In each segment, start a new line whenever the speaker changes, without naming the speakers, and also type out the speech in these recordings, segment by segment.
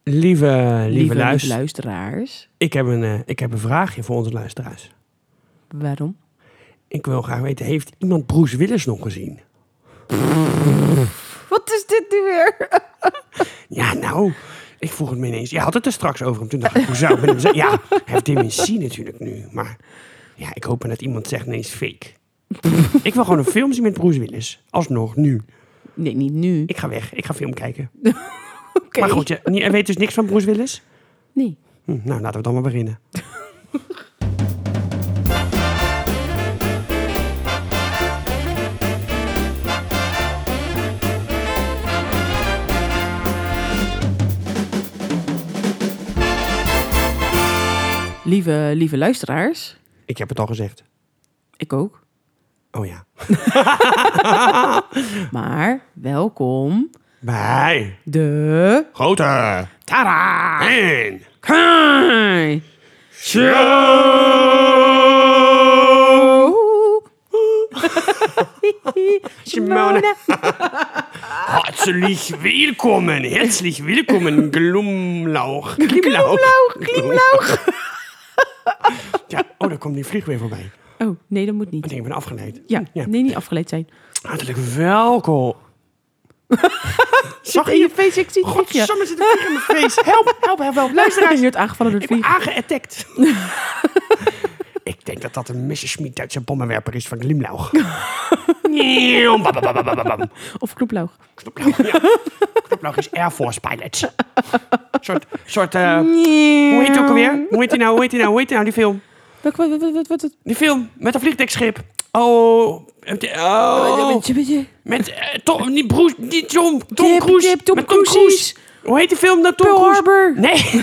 Lieve
luisteraars.
Ik heb een vraagje voor onze luisteraars.
Waarom?
Ik wil graag weten, heeft iemand Bruce Willis nog gezien?
Wat is dit nu weer?
Ja, nou, ik vroeg het me ineens. Je had het er straks over hem. Toen dacht ik, hoe zou ik met hem zeggen? Ja, hij heeft dementie natuurlijk nu. Maar ja, ik hoop dat iemand zegt ineens fake. Ik wil gewoon een film zien met Bruce Willis. Alsnog, nu.
Nee, niet nu.
Ik ga weg. Ik ga film kijken.
Okay.
Maar goed, je weet dus niks van Bruce Willis?
Nee.
Nou, laten we dan maar beginnen.
Lieve luisteraars.
Ik heb het al gezegd.
Ik ook.
Oh ja.
Maar welkom
Bij
de
grote
Tada
en
Kai
Show.
Simone.
Herzlich willkommen, Glumlauch.
Glimlauch.
Ja, daar komt die vlieg weer voorbij.
Oh, nee, dat moet niet.
Ik ben afgeleid.
Ja, nee, niet afgeleid zijn.
Hartelijk welkom.
Zag je je face? Ik zie het vliegje.
Godsamme, zit een vlieg in mijn face. Help. Luisteraars.
Je wordt aangevallen door het
Ik ben
vlieg.
aangeattackt. Ik denk dat dat een Messerschmitt Duitse bommenwerper is van Glimlauch.
Of knoeplauch.
Knoplauch is Air Force pilot. Soort hoe heet het ook alweer? Hoe heet die nou, die film?
Wat?
Die film met een vliegdekschip. Met Tom Cruise.
Tom Cruise.
Hoe heet die film nou? Tom
Pearl
Cruise?
Harbor.
Nee.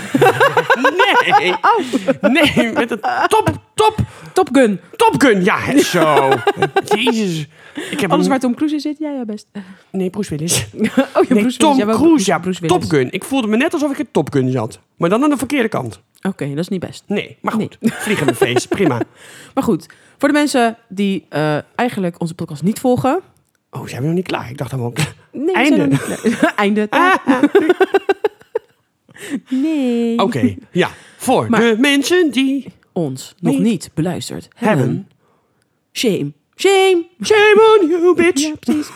Nee, met een
Top Gun.
Top Gun. Ja, zo. Jezus.
Alles waar Tom Cruise in zit? Ja, best.
Nee, Bruce Willis.
Oh, ja,
Nee,
Bruce
Tom
Willis.
Cruise, ja,
Bruce Willis.
Top Gun. Ik voelde me net alsof ik in Top Gun zat. Maar dan aan de verkeerde kant.
Oké, dat is niet best.
Nee, maar goed. Vliegen mijn face, prima.
Maar goed, voor de mensen die eigenlijk onze podcast niet volgen.
Oh, zijn we nog niet klaar? Ik dacht dan ook.
Nee,
Einde.
Einde. Nee.
Oké, ja. Voor
Maar-
de mensen die
Ons nog niet beluisterd
hebben.
Shame.
Shame on you, bitch.
Ja, precies.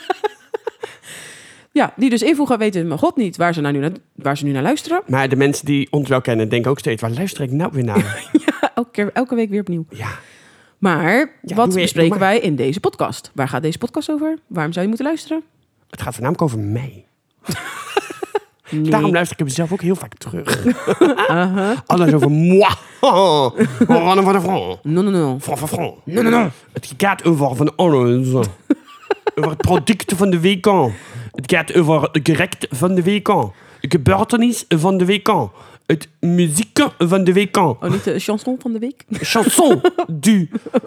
Ja, die dus invoegen weten mijn god niet waar ze nu naar luisteren.
Maar de mensen die ons wel kennen, denken ook steeds, waar luister ik nou weer naar?
Ja, elke week weer opnieuw.
Ja.
Maar
Ja,
wat
doe
bespreken
maar.
wij in deze podcast? Waar gaat deze podcast over? Waarom zou je moeten luisteren?
Het gaat voornamelijk over mij.
Nee.
Daarom luister ik hem zelf ook heel vaak terug. Alles over moi. Ronne van de Front.
No.
Front. No. Het gaat over van alles. Over het product van de week. Het gaat over het gerecht van de week. De gebeurtenis van de week. Het muziek van de week.
Oh, niet de chanson van de week?
Chanson du...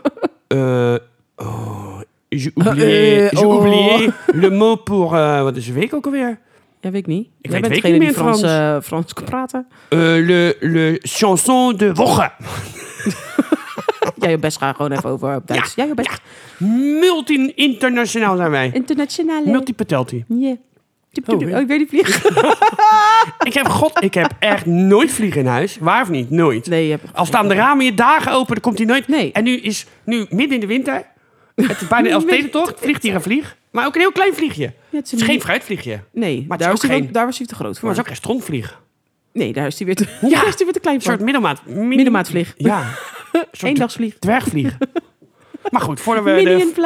J'ai oublié le mot pour... wat is de week ook alweer?
Ja, weet ik niet.
Ik
Jij
weet
bent
niet
degene
meer
die Frans kan praten.
Le chanson de woche.
Jij je best gaat gewoon even over op Duits. Jij je best.
Multi-internationaal zijn wij.
Internationale.
Multipatelti.
Yeah.
Oh, ja.
Ik weet niet vliegen.
Ik heb echt nooit vliegen in huis. Waar of niet? Nooit.
Nee, je hebt...
Al staan de ramen je dagen open, dan komt hij nooit.
Nee.
En nu midden in de winter. Het is bijna Elfstedentocht. Vliegt hier een vlieg. Maar ook een heel klein vliegje.
Ja,
Het is geen fruitvliegje.
Nee,
Maar het
daar
is
was,
ook
hij daar was hij te groot
Maar
voor.
het is ook geen strontvlieg.
Nee, daar is hij weer te,
Ja.
daar is hij weer te klein
Een soort
voor.
middelmaat.
Middenmaatvlieg.
Ja. Een soort
Eendagsvlieg.
dwergvlieg. Maar goed, voordat we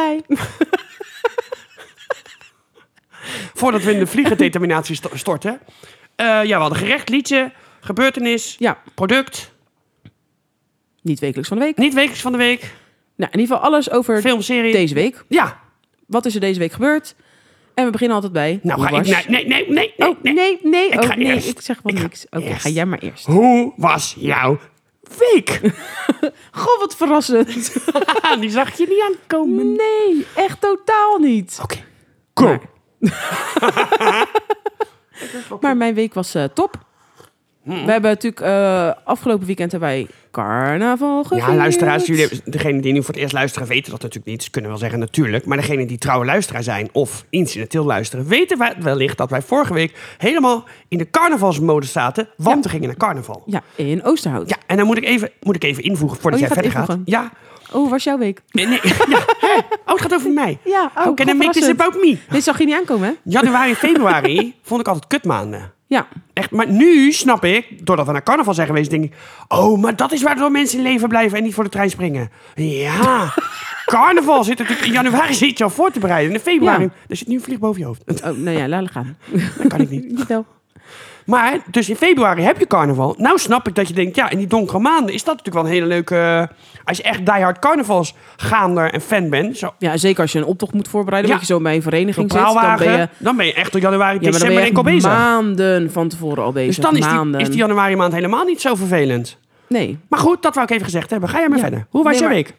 in de vliegendeterminatie storten. We hadden gerecht, liedje, gebeurtenis,
Ja,
product.
niet wekelijks van de week.
Niet wekelijks van de week.
Nou, in ieder geval alles over
Filmserie.
deze week.
Ja.
Wat is er deze week gebeurd? En we beginnen altijd bij...
Nou
hoe
ga ik...
was-
Nee.
Oh, nee.
Ik ga
nee,
eerst.
ik zeg wel
Ik ga
niks. Oké,
eerst.
ga jij maar eerst.
Hoe was jouw week?
Goh, wat verrassend.
Die zag je niet aankomen.
Nee, echt totaal niet.
Oké. Go.
Maar mijn week was top. We hebben natuurlijk afgelopen weekend wij carnaval gevierd.
Ja, luisteraars, degenen die nu voor het eerst luisteren weten dat natuurlijk niet. Ze kunnen wel zeggen natuurlijk. Maar degenen die trouwe luisteraar zijn of incidenteel luisteren, weten wellicht dat wij vorige week helemaal in de carnavalsmode zaten. Want we gingen naar carnaval.
Ja, in Oosterhout.
Ja, en dan moet ik even invoegen voordat jij verder gaat. Ja.
Oh, was jouw week?
Nee. Ja. Oh, het gaat over mij.
Ja,
How can I make this about me?
Dit zag je niet aankomen, hè?
Januari en februari vond ik altijd kutmaanden.
Ja.
Echt, maar nu snap ik, doordat we naar carnaval zijn geweest, denk ik, oh, maar dat is waardoor mensen in leven blijven en niet voor de trein springen. Ja, carnaval zit natuurlijk in januari zit je al voor te bereiden. In februari, er zit nu een vlieg boven je hoofd.
Oh, nou ja, laat gaan.
Dat kan ik niet.
Niet wel.
Maar, dus in februari heb je carnaval. Nou snap ik dat je denkt, ja, in die donkere maanden is dat natuurlijk wel een hele leuke... als je echt diehard carnavalsgaander en fan bent. Zo.
Ja, zeker als je een optocht moet voorbereiden.
Ja.
Dat je zo bij een vereniging zit.
Dan ben je echt tot januari,
maar dan
december
ben je
enkel bezig.
maanden van tevoren al bezig.
Dus dan is die januari maand helemaal niet zo vervelend.
Nee.
Maar goed, dat wou ik even gezegd hebben. Ga jij maar verder. Hoe was jouw week?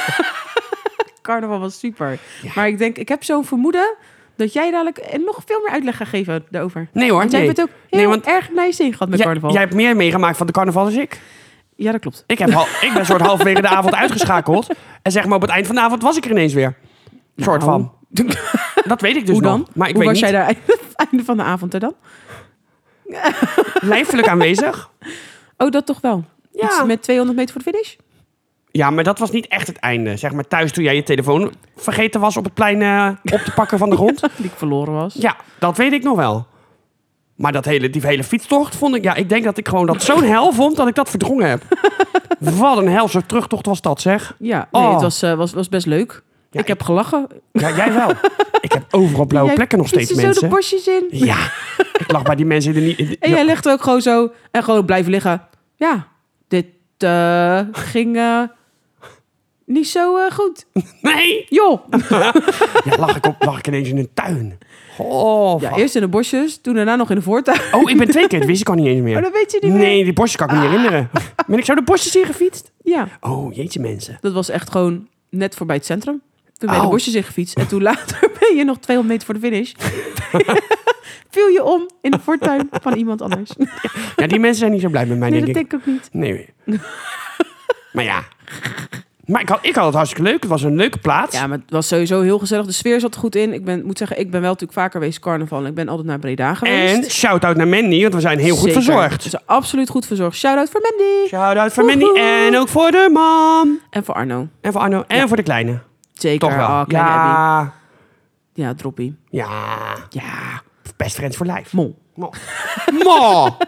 Carnaval was super. Ja. Maar ik heb zo'n vermoeden dat jij dadelijk nog veel meer uitleg gaat geven daarover.
Nee hoor,
want jij bent ook heel erg nice in gehad met carnaval.
Jij hebt meer meegemaakt van de carnaval dan ik.
Ja, dat klopt.
Ik ben soort halverwege de avond uitgeschakeld. En zeg maar op het eind van de avond was ik er ineens weer. Soort van. Dat weet ik dus
Hoe dan?
nog. Maar ik
Hoe
weet
was
niet.
jij daar einde van de avond er dan?
Lijfelijk aanwezig.
Oh, dat toch wel?
Ja.
Iets met 200 meter voor de finish?
Ja, maar dat was niet echt het einde. Zeg maar thuis toen jij je telefoon vergeten was op het plein op te pakken van de grond.
Die ik verloren was.
Ja, dat weet ik nog wel. Maar die hele fietstocht vond ik... Ja, ik denk dat ik gewoon dat zo'n hel vond dat ik dat verdrongen heb. Wat een helse terugtocht was dat, zeg.
Ja, nee, het was best leuk.
Ja,
ik heb gelachen.
Ja, jij wel. Ik heb overal blauwe plekken nog steeds, mensen.
Zo de bosjes in.
Ja, ik lag bij die mensen niet...
En jij legt ook gewoon zo en gewoon blijven liggen. Ja, dit ging niet zo goed.
Nee!
Joh!
Ja, lag ik ineens in een tuin. Oh,
ja, eerst in de bosjes, toen daarna nog in de voortuin.
Oh, ik ben 2 keer. Dat wist ik al niet eens meer.
Oh, dat weet je niet meer.
Nee, die bosjes kan ik me niet herinneren. Ben ik zo de bosjes in gefietst?
Ja.
Oh, jeetje mensen.
Dat was echt gewoon net voorbij het centrum. Toen ben je de bosjes in gefietst. En toen later ben je nog 200 meter voor de finish. Viel je om in de voortuin van iemand anders.
Ja, die mensen zijn niet zo blij met mij,
nee,
denk ik.
dat denk ik ook niet.
Nee. Maar ja. Maar ik had het hartstikke leuk. Het was een leuke plaats.
Ja, maar het was sowieso heel gezellig. De sfeer zat er goed in. Ik moet zeggen, ik ben wel natuurlijk vaker geweest carnaval. En ik ben altijd naar Breda geweest.
En shout-out naar Mandy, want we zijn heel goed verzorgd.
We zijn absoluut goed verzorgd. Shout-out voor Mandy.
Shout-out voor Mandy en ook voor de mam.
En voor Arno.
En voor de kleine.
Zeker.
Toch wel.
Oh, kleine
ja.
Abby. Ja, droppie.
Ja.
Ja.
Best friends for life.
Mol.
Mo.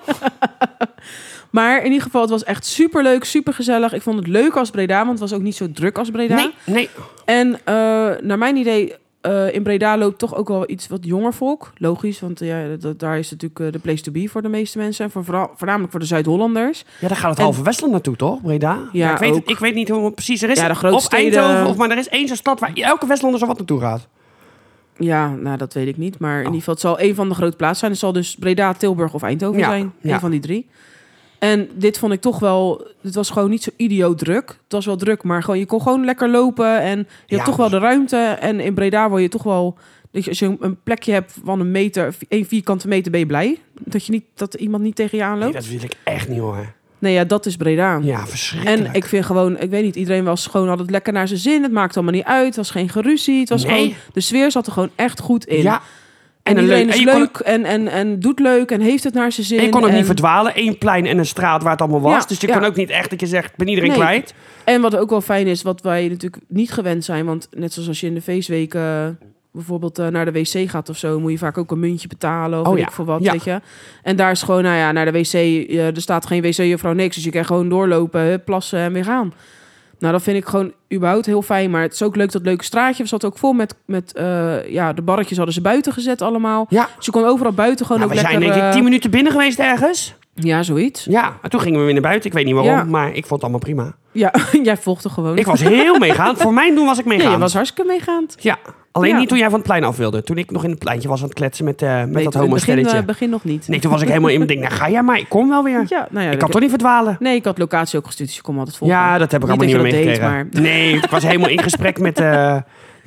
Maar in ieder geval, het was echt superleuk, supergezellig. Ik vond het leuk als Breda, want het was ook niet zo druk als Breda.
Nee.
En naar mijn idee, in Breda loopt toch ook wel iets wat jonger volk. Logisch, want daar is natuurlijk de place to be voor de meeste mensen. En voornamelijk voor de Zuid-Hollanders.
Ja, daar gaat het halve Westland naartoe, toch? Breda?
Ja,
ik weet niet hoe het precies er is.
Ja, de grote
of
steden...
Eindhoven, maar er is één zo'n stad waar elke Westlander zo wat naartoe gaat.
Ja, nou dat weet ik niet. Maar in ieder geval, het zal één van de grote plaatsen zijn. Het zal dus Breda, Tilburg of Eindhoven zijn. Eén van die 3. En dit vond ik toch wel... Het was gewoon niet zo idioot druk. Het was wel druk, maar gewoon, je kon gewoon lekker lopen. En je had toch wel de ruimte. En in Breda word je toch wel... Als je een plekje hebt van 1 vierkante meter, ben je blij. Dat iemand niet tegen je aanloopt.
Nee, dat wil ik echt niet horen.
Nee, ja, dat is Breda.
Ja, verschrikkelijk.
En ik vind gewoon... Ik weet niet, iedereen was gewoon... had het lekker naar zijn zin. Het maakte allemaal niet uit. Het was geen geruzie. Het was gewoon... De sfeer zat er gewoon echt goed in.
Ja.
En iedereen is leuk en doet leuk en heeft het naar zijn zin.
En je kon ook niet verdwalen. 1 plein en een straat waar het allemaal was. Dus je kon ook niet echt dat je zegt, ik ben iedereen kwijt.
En wat ook wel fijn is, wat wij natuurlijk niet gewend zijn. Want net zoals als je in de feestweken bijvoorbeeld naar de wc gaat of zo, moet je vaak ook een muntje betalen of weet ik veel wat, weet je. En daar is gewoon, naar de wc, er staat geen wc-juffrouw niks. Dus je kan gewoon doorlopen, plassen en weer gaan. Nou, dat vind ik gewoon überhaupt heel fijn. Maar het is ook leuk, dat leuke straatje. We zat ook vol met de barretjes hadden ze buiten gezet allemaal. Ja. Dus je kon overal buiten gewoon ook lekker...
We zijn denk ik 10 minuten binnen geweest ergens.
Ja, zoiets.
Ja, maar toen gingen we weer naar buiten. Ik weet niet waarom, maar ik vond het allemaal prima.
Ja, jij volgde gewoon.
Ik was heel meegaand. Voor mijn doen was ik meegaand.
Ja, je was hartstikke meegaand.
Ja, alleen niet toen jij van het plein af wilde. Toen ik nog in het pleintje was aan het kletsen met dat homo-stelletje.
Begin nog niet.
Nee, toen was ik helemaal in mijn ding. Nou, ga jij maar, ik kom wel weer. Ja, nou ja, ik kan toch niet verdwalen?
Nee, ik had locatie ook gestuurd, dus je kon altijd volgen.
Ja, dat heb ik allemaal niet meer meegekregen.
Maar...
Nee, ik was helemaal in gesprek met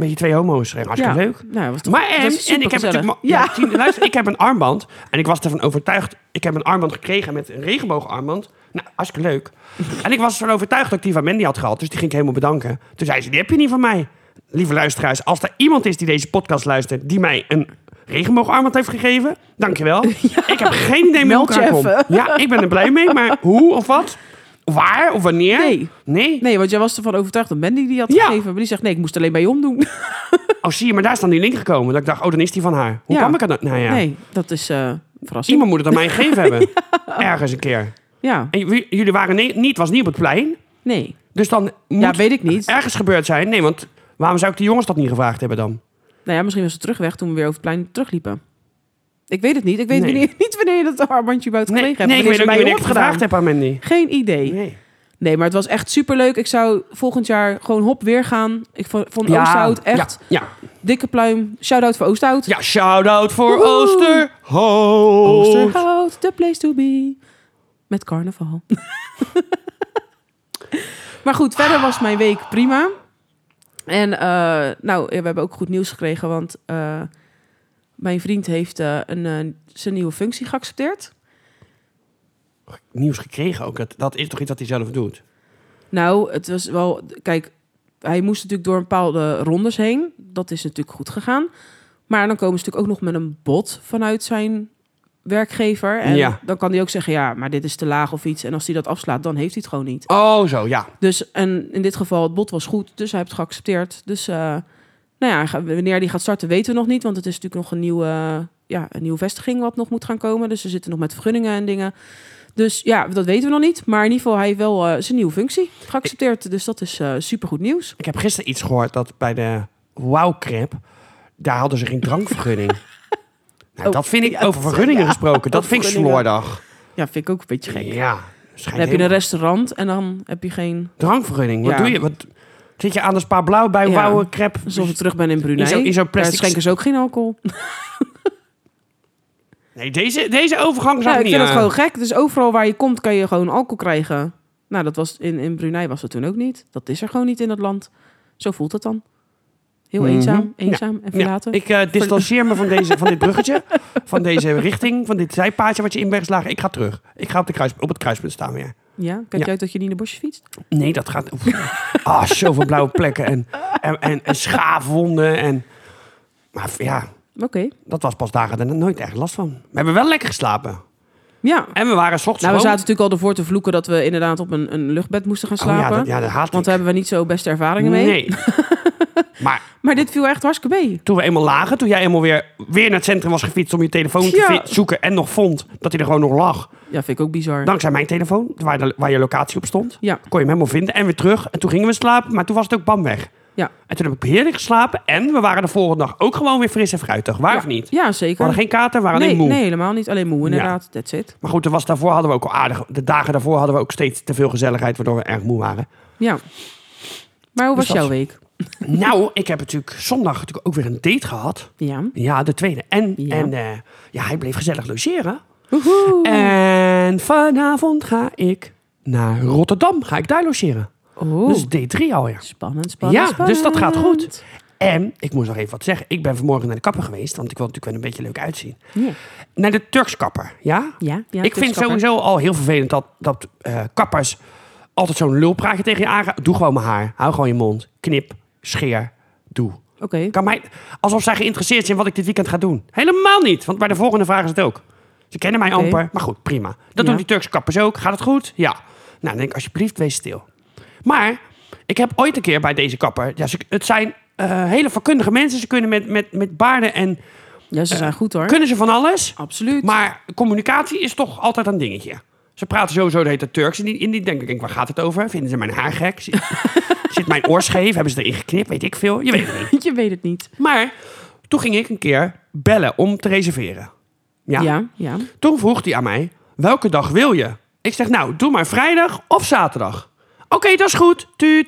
Beetje 2 homo's. Hartstikke leuk.
Nou,
maar ik heb natuurlijk... luister, ik heb een armband. En ik was ervan overtuigd... Ik heb een armband gekregen met een regenboogarmband. Nou, hartstikke leuk. En ik was ervan overtuigd dat ik die van Mandy had gehad. Dus die ging ik helemaal bedanken. Toen zei ze, die heb je niet van mij. Lieve luisteraars, als er iemand is die deze podcast luistert... die mij een regenboogarmband heeft gegeven, dankjewel. Ja. Ik heb geen idee meer hoe het komt. Ja, ik ben er blij mee. Maar hoe of wat? Waar of wanneer?
Nee, want jij was ervan overtuigd dat Mandy die had gegeven. Maar die zegt, nee, ik moest alleen bij je omdoen.
Oh, zie je, maar daar is dan die link gekomen. Dat ik dacht, dan is die van haar. Hoe kwam ik er dan? Nou ja.
Nee, dat is verrassend.
Iemand moet het aan mij gegeven hebben. Ergens een keer.
Ja.
En jullie waren was niet op het plein.
Nee.
Dus dan moet
weet ik niet.
Ergens gebeurd zijn. Nee, want waarom zou ik de jongens dat niet gevraagd hebben dan?
Nou ja, misschien was het terugweg toen we weer over het plein terugliepen. Ik weet het niet. Ik weet niet wanneer je dat armbandje buiten gekregen hebt.
Nee, ik weet ook niet wanneer ik het gevraagd heb aan Mandy.
Geen idee. Nee, maar het was echt superleuk. Ik zou volgend jaar gewoon weer gaan. Ik vond Oosthout echt dikke pluim. Shout-out voor Oosthout.
Ja, shout-out voor Oosterhout.
Oosterhout, the place to be. Met carnaval. Maar goed, verder was mijn week prima. En we hebben ook goed nieuws gekregen, want mijn vriend heeft zijn nieuwe functie geaccepteerd.
Nieuws gekregen ook. Dat is toch iets wat hij zelf doet?
Nou, het was wel... Kijk, hij moest natuurlijk door een bepaalde rondes heen. Dat is natuurlijk goed gegaan. Maar dan komen ze natuurlijk ook nog met een bod vanuit zijn werkgever. En dan kan hij ook zeggen, ja, maar dit is te laag of iets. En als hij dat afslaat, dan heeft hij het gewoon niet.
Oh, zo, ja.
Dus, en in dit geval, het bod was goed. Dus hij heeft het geaccepteerd. Dus, wanneer die gaat starten, weten we nog niet. Want het is natuurlijk nog een nieuwe vestiging wat nog moet gaan komen. Dus ze zitten nog met vergunningen en dingen. Dus ja, dat weten we nog niet. Maar in ieder geval, hij heeft wel zijn nieuwe functie geaccepteerd. Dus dat is supergoed nieuws.
Ik heb gisteren iets gehoord dat bij de Wow-crep... daar hadden ze geen drankvergunning. Dat vind ik, over vergunningen gesproken, dat vind ik slordig.
Ja, vind ik ook een beetje gek.
Ja.
Dan heb je een restaurant en dan heb je geen...
Drankvergunning, wat doe je? Wat zit je aan de Spa Blauw bij Wow-crep?
Alsof ik terug ben in Brunei.
In zo'n plastic...
Daar schenken ze ook geen alcohol.
Nee, deze overgang zag ik niet.
Ik vind het gewoon gek. Dus overal waar je komt, kan je gewoon alcohol krijgen. Nou, dat was in Brunei was dat toen ook niet. Dat is er gewoon niet in dat land. Zo voelt het dan. Heel eenzaam en verlaten.
Ik distanceer me van dit bruggetje. Van deze richting, van dit zijpaadje wat je in bent geslagen. Ik ga terug. Ik ga op het kruispunt staan weer.
Ja? Kijk je uit dat je niet in de bosje fietst?
Nee, dat gaat... zoveel blauwe plekken en schaafwonden. Maar ja...
Oké.
Dat was pas dagen en nooit echt last van. We hebben wel lekker geslapen.
Ja.
En we waren 's ochtends
we zaten natuurlijk al ervoor te vloeken dat we inderdaad op een luchtbed moesten gaan slapen.
Dat haat ik.
Want daar hebben we niet zo beste ervaringen mee.
Nee.
Maar dit viel echt hartstikke mee.
Toen we eenmaal lagen, toen jij eenmaal weer naar het centrum was gefietst om je telefoon te zoeken en nog vond dat hij er gewoon nog lag.
Ja, vind ik ook bizar.
Dankzij mijn telefoon, waar je locatie op stond.
Ja.
Kon je hem helemaal vinden en weer terug. En toen gingen we slapen, maar toen was het ook bam weg.
Ja.
En toen heb ik heerlijk geslapen. En we waren de volgende dag ook gewoon weer fris en fruitig. Waar of niet?
Ja, zeker.
We hadden geen kater, we waren alleen moe.
Nee, helemaal niet. Alleen moe, inderdaad. That's it.
Maar goed, daarvoor hadden we ook al aardig... De dagen daarvoor hadden we ook steeds te veel gezelligheid, waardoor we erg moe waren.
Ja. Maar hoe was jouw week?
Nou, ik heb natuurlijk zondag ook weer een date gehad.
Ja.
Ja, de tweede. En hij bleef gezellig logeren.
Woehoe.
En vanavond ga ik naar Rotterdam. Ga ik daar logeren.
Oh.
Dus D3 alweer.
Spannend.
Dus dat gaat goed. En ik moest nog even wat zeggen. Ik ben vanmorgen naar de kapper geweest, want ik wil natuurlijk wel een beetje leuk uitzien.
Ja.
Naar de Turks kapper, ja?
Ja,
ik vind sowieso al heel vervelend dat kappers altijd zo'n lulpraatje tegen je aangaan. Doe gewoon mijn haar. Hou gewoon je mond. Knip, scheer, doe.
Oké.
Alsof zij geïnteresseerd zijn wat ik dit weekend ga doen. Helemaal niet, want bij de volgende vraag is het ook. Ze kennen mij amper, maar goed, prima. Dat doen die Turkse kappers ook. Gaat het goed? Ja. Nou, dan denk ik, alsjeblieft, wees stil. Maar ik heb ooit een keer bij deze kapper... Ja, het zijn hele vakkundige mensen. Ze kunnen met baarden en...
Ja, ze zijn goed hoor.
Kunnen ze van alles.
Absoluut.
Maar communicatie is toch altijd een dingetje. Ze praten sowieso, de heet het Turks. En die denk ik, waar gaat het over? Vinden ze mijn haar gek? Zit mijn oor scheef? Hebben ze erin geknipt? Weet ik veel. Je weet het niet.
Je weet het niet.
Maar toen ging ik een keer bellen om te reserveren.
Ja.
Toen vroeg hij aan mij, welke dag wil je? Ik zeg, nou, doe maar vrijdag of zaterdag. Oké, dat is goed. Tuut.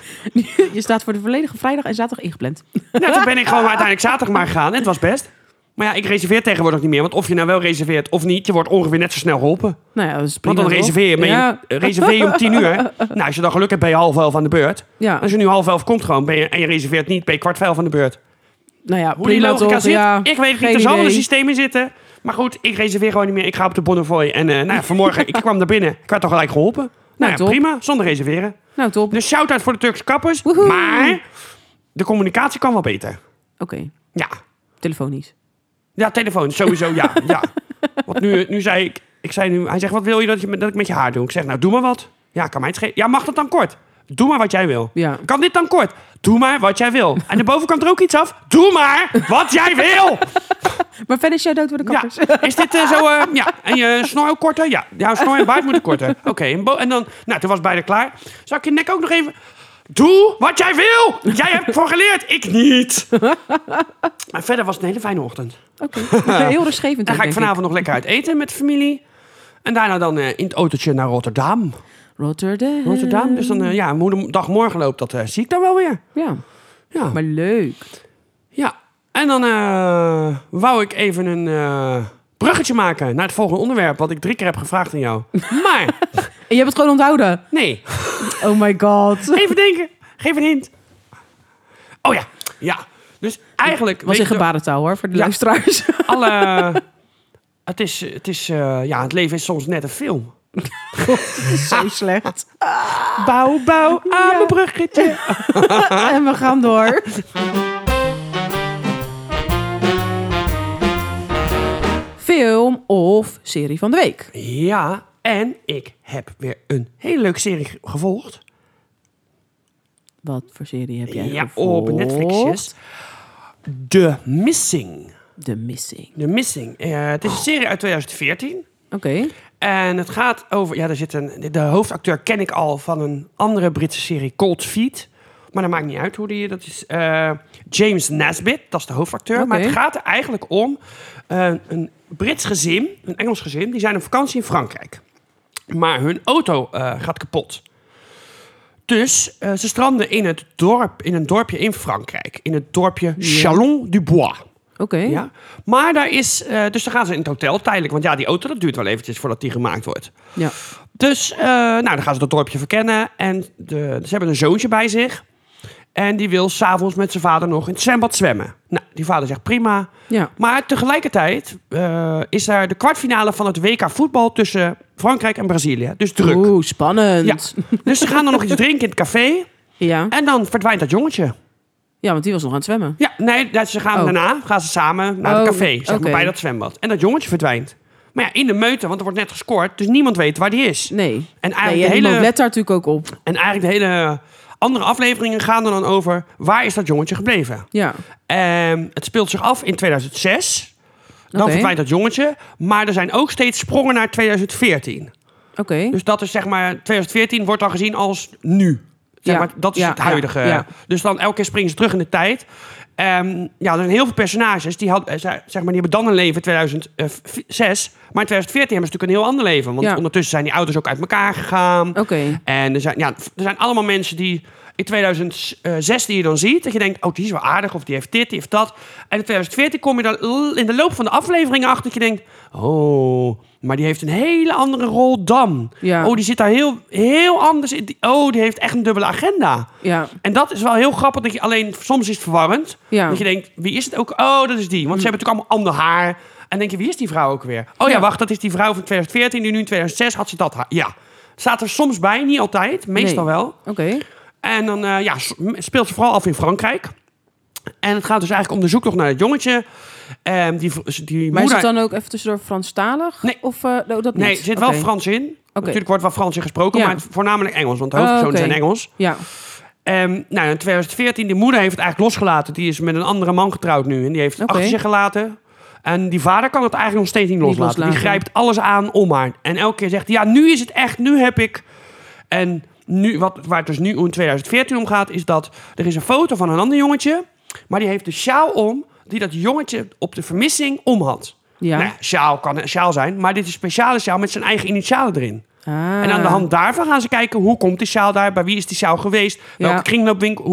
Je staat voor de volledige vrijdag en zaterdag ingepland.
Nou, toen ben ik gewoon uiteindelijk zaterdag maar gegaan. En het was best. Maar ja, ik reserveer tegenwoordig niet meer. Want of je nou wel reserveert of niet, je wordt ongeveer net zo snel geholpen.
Nou ja, dat is prima.
Want dan reserveer je om 10 uur. Nou, als je dan geluk hebt, ben je 11:30 aan de beurt.
Ja.
Als je nu 11:30 komt gewoon en je reserveert niet, ben je 11:15 aan de beurt.
Nou ja,
hoe die logica zit,
ja,
ik weet het niet. Er zal wel een systeem in zitten. Maar goed, ik reserveer gewoon niet meer. Ik ga op de Bonnefoy. En vanmorgen, ik kwam daar binnen. Ik werd toch gelijk geholpen. Nou ja, prima. Zonder reserveren.
Nou, top.
Dus shout-out voor de Turkse kappers.
Woehoe.
Maar de communicatie kan wel beter.
Oké.
Ja.
Telefonisch.
Ja, telefoon. Sowieso, ja. Want nu zei hij zegt, wat wil je dat ik met je haar doe? Ik zeg, nou, doe maar wat. Ja, kan mij het schelen. Ja, mag dat dan kort? Doe maar wat jij wil. Ja. Kan dit dan kort? Doe maar wat jij wil. En de bovenkant er ook iets af? Doe maar wat jij wil!
Maar verder is jij dood voor de kappers.
Ja. Is dit zo... ja. En je snor ook korter? Ja. Jouw snor en baard moeten korter. Oké. En dan... Nou, toen was het bijna klaar. Zal ik je nek ook nog even... Doe wat jij wil! Jij hebt voor geleerd, ik niet. Maar verder was het een hele fijne ochtend.
Oké. Heel rustgevend.
Dan ga ik vanavond nog lekker uit eten met de familie. En daarna dan in het autootje naar Rotterdam. Rotterdam. Dus dan, hoe de dag morgen loopt, dat zie ik dan wel weer.
Ja. Maar leuk.
Ja. En dan wou ik even een bruggetje maken naar het volgende onderwerp, wat ik 3 keer heb gevraagd aan jou. Maar...
En je hebt het gewoon onthouden?
Nee.
Oh my god.
Even denken. Geef een hint. Oh ja. Ja. Dus eigenlijk...
Was in gebarentaal hoor, voor de luisteraars.
Het leven is soms net een film.
Het is zo slecht.
Bouw, aan mijn bruggetje.
En we gaan door. Film of serie van de week.
Ja, en ik heb weer een hele leuke serie gevolgd.
Wat voor serie heb jij gevolgd?
Op Netflix. The Missing.
The
Missing. Het is een serie uit 2014.
Oké.
En het gaat over... Ja, de hoofdacteur ken ik al van een andere Britse serie, Cold Feet. Maar dat maakt niet uit hoe die... Dat is James Nesbitt, dat is de hoofdacteur. Okay. Maar het gaat er eigenlijk om een Brits gezin, een Engels gezin. Die zijn op vakantie in Frankrijk. Maar hun auto gaat kapot. Dus ze stranden in een dorpje in Frankrijk. In het dorpje Chalon-du-Bois.
Oké. Ja?
Maar daar is... dus dan gaan ze in het hotel tijdelijk. Want ja, die auto, dat duurt wel eventjes voordat die gemaakt wordt.
Ja.
Dus dan gaan ze dat dorpje verkennen. En ze hebben een zoontje bij zich. En die wil 's avonds met zijn vader nog in het zwembad zwemmen. Nou, die vader zegt prima.
Ja.
Maar tegelijkertijd is daar de kwartfinale van het WK voetbal tussen Frankrijk en Brazilië. Dus druk.
Oeh, spannend.
Ja. Dus ze gaan dan nog iets drinken in het café.
Ja.
En dan verdwijnt dat jongetje.
Ja, want die was nog aan het zwemmen.
Ja, nee, ze gaan daarna samen naar het café, zeg maar, bij dat zwembad. En dat jongetje verdwijnt. Maar ja, in de meute, want er wordt net gescoord, dus niemand weet waar die is.
Nee.
En eigenlijk
niemand let daar natuurlijk ook op.
En eigenlijk de hele andere afleveringen gaan er dan over, waar is dat jongetje gebleven?
Ja.
Het speelt zich af in 2006. Dan verdwijnt dat jongetje. Maar er zijn ook steeds sprongen naar 2014.
Oké.
Dus dat is zeg maar, 2014 wordt dan gezien als nu. Zeg maar, dat is het huidige. Ja. Dus dan elke keer springen ze terug in de tijd. Er zijn heel veel personages die hebben dan een leven in 2006. Maar in 2014 hebben ze natuurlijk een heel ander leven. Want ondertussen zijn die ouders ook uit elkaar gegaan.
Oké.
En er zijn allemaal mensen die in 2006 die je dan ziet. Dat je denkt, oh, die is wel aardig. Of die heeft dit, die heeft dat. En in 2014 kom je dan in de loop van de afleveringen achter dat je denkt, oh, maar die heeft een hele andere rol dan.
Ja.
Oh, die zit daar heel, heel anders in. Die heeft echt een dubbele agenda.
Ja.
En dat is wel heel grappig. Dat je alleen, soms is het verwarrend.
Ja.
Dat je denkt, wie is het ook? Oh, dat is die. Want ze hebben natuurlijk allemaal ander haar. En denk je, wie is die vrouw ook weer? Oh ja, wacht, dat is die vrouw van 2014. Die nu in 2006 had ze dat haar. Ja. Staat er soms bij, niet altijd. Meestal wel.
Oké.
En dan speelt ze vooral af in Frankrijk. En het gaat dus eigenlijk om de zoektocht naar het jongetje. Die
maar
moeder...
is het dan ook even tussendoor Franstalig?
Nee.
Of, dat niet?
Nee, er zit wel Frans in. Natuurlijk wordt wel Frans in gesproken, maar voornamelijk Engels. Want de hoofdpersonen zijn Engels.
Ja.
In 2014, die moeder heeft het eigenlijk losgelaten. Die is met een andere man getrouwd nu. En die heeft het achter zich gelaten. En die vader kan het eigenlijk nog steeds niet loslaten. Die grijpt alles aan om haar. En elke keer zegt hij, nu is het echt, nu heb ik... En nu, waar het dus nu in 2014 om gaat, is dat er is een foto van een ander jongetje, maar die heeft de sjaal om die dat jongetje op de vermissing om had.
Ja.
Nou ja, sjaal kan een sjaal zijn, maar dit is een speciale sjaal met zijn eigen initialen erin.
Ah.
En aan de hand daarvan gaan ze kijken, hoe komt die sjaal daar? Bij wie is die sjaal geweest? Welke kringloopwinkel? Hoe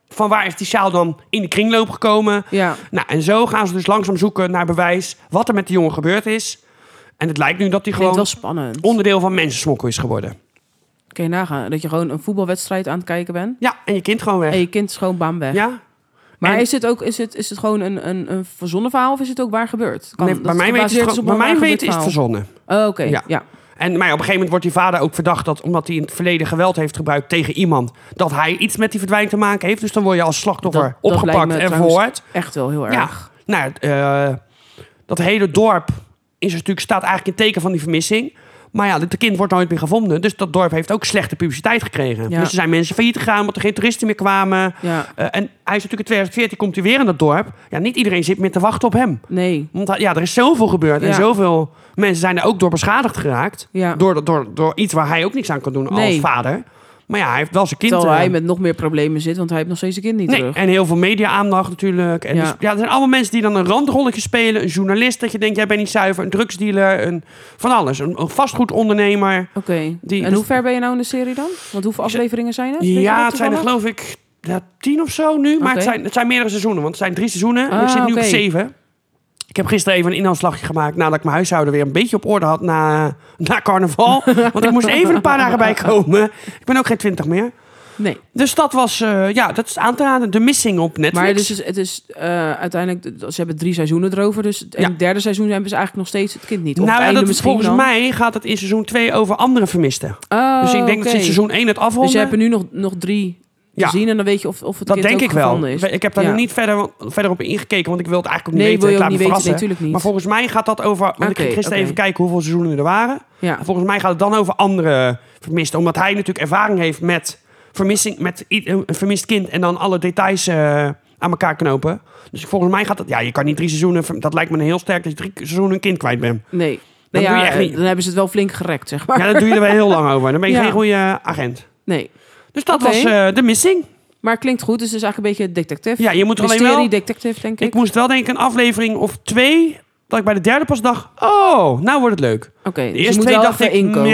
van waar is die sjaal dan in de kringloop gekomen?
Ja.
Nou, en zo gaan ze dus langzaam zoeken naar bewijs wat er met die jongen gebeurd is. En het lijkt nu dat hij gewoon
wel spannend.
onderdeel van mensensmokkel is geworden.
Kun je nagaan dat je gewoon een voetbalwedstrijd aan het kijken bent?
Ja, en je kind gewoon weg.
En je kind is gewoon bam weg.
Ja.
Maar
en,
is het gewoon een verzonnen verhaal of is het ook waar gebeurd?
Bij mij weten is het verzonnen.
Oh, oké. Ja.
Maar op een gegeven moment wordt die vader ook verdacht dat, omdat hij in het verleden geweld heeft gebruikt tegen iemand, dat hij iets met die verdwijning te maken heeft. Dus dan word je als slachtoffer opgepakt en verhoord.
Echt wel heel erg.
Ja, nou, dat hele dorp staat eigenlijk in teken van die vermissing. Maar ja, het kind wordt nooit meer gevonden. Dus dat dorp heeft ook slechte publiciteit gekregen. Ja. Dus er zijn mensen failliet gegaan omdat er geen toeristen meer kwamen.
Ja.
En hij is natuurlijk in 2014 komt hij weer in dat dorp. Ja, niet iedereen zit meer te wachten op hem.
Nee.
Want er is zoveel gebeurd. En zoveel mensen zijn er ook door beschadigd geraakt. Ja. Door iets waar hij ook niks aan kan doen als vader. Maar ja, hij heeft wel zijn kind...
Terwijl hij met nog meer problemen zit, want hij heeft nog steeds zijn kind niet terug.
En heel veel media-aandacht natuurlijk. En dus, er zijn allemaal mensen die dan een randrolletje spelen. Een journalist dat je denkt, jij bent niet zuiver. Een drugsdealer, van alles. Een vastgoedondernemer.
Oké. En hoe ver ben je nou in de serie dan? Want hoeveel afleveringen zijn er?
Ja, het zijn er geloof ik 10 of zo nu. Maar het zijn meerdere seizoenen, want het zijn 3 seizoenen. En ik zit nu op 7. Ik heb gisteren even een inhaalslagje gemaakt nadat ik mijn huishouden weer een beetje op orde had na carnaval. Want ik moest even een paar dagen bijkomen. Ik ben ook geen 20 meer.
Nee.
Dus dat was, dat is aan te raden. De Missing op Netflix.
Maar dus het is uiteindelijk, ze hebben 3 seizoenen erover. Dus in het derde seizoen hebben ze eigenlijk nog steeds het kind niet. Of
volgens mij gaat het in seizoen 2 over andere vermisten. Dus ik denk dat ze in seizoen 1 het afronden.
Dus je hebt er nu nog 3... zien en dan weet je of het
dat
kind
denk
ook
ik wel.
gevonden is.
Ik heb daar nog niet verder op ingekeken, want ik wil het eigenlijk ook niet weten.
Wil
je
ook niet weten, natuurlijk niet.
Maar volgens mij gaat dat over... Want ik ging gisteren even kijken hoeveel seizoenen er waren.
Ja.
Volgens mij gaat het dan over andere vermisten. Omdat hij natuurlijk ervaring heeft met vermissing, met een vermist kind en dan alle details aan elkaar knopen. Dus volgens mij gaat dat... Ja, je kan niet 3 seizoenen... Dat lijkt me heel sterk dat je 3 seizoenen een kind kwijt bent.
Nee.
Dan doe je echt niet.
Dan hebben ze het wel flink gerekt, zeg maar.
Ja, dat doe je er wel heel lang over. Dan ben je geen goede agent.
Nee.
Dus dat was de Missing.
Maar het klinkt goed, dus het is eigenlijk een beetje detective.
Ja, je moet er alleen wel...
detective, denk ik.
Ik moest wel denken een aflevering of 2... dat ik bij de derde pas dacht... Oh, nou wordt het leuk.
Oké,
de
dus
eerste 2 dacht ik...
inkomen.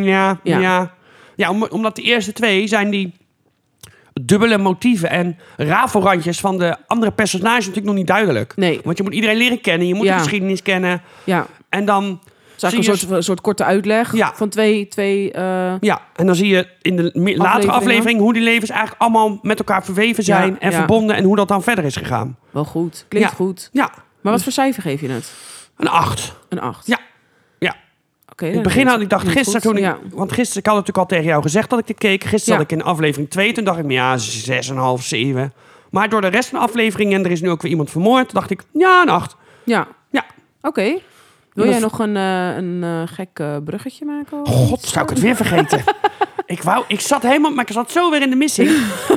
Ja, omdat de eerste 2 zijn die dubbele motieven en rafelrandjes van de andere personages natuurlijk nog niet duidelijk.
Nee.
Want je moet iedereen leren kennen, je moet de geschiedenis kennen.
Ja.
En dan...
Een soort korte uitleg van twee
Ja, en dan zie je in de latere aflevering hoe die levens eigenlijk allemaal met elkaar verweven zijn en verbonden en hoe dat dan verder is gegaan.
Wel goed, klinkt goed.
Ja.
Maar wat voor cijfer geef je het?
Een 8.
Een 8?
Ja.
Okay,
in het begin had ik dacht gisteren toen ik... Want gisteren, ik had natuurlijk al tegen jou gezegd dat ik dit keek. Gisteren zat ik in aflevering 2. Toen dacht ik, 6,5, 7. Maar door de rest van de aflevering en er is nu ook weer iemand vermoord, dacht ik, een 8.
Ja. Oké. Wil jij nog een gek bruggetje maken?
God, zou ik het weer vergeten. ik zat helemaal... Maar ik zat zo weer in de Missing.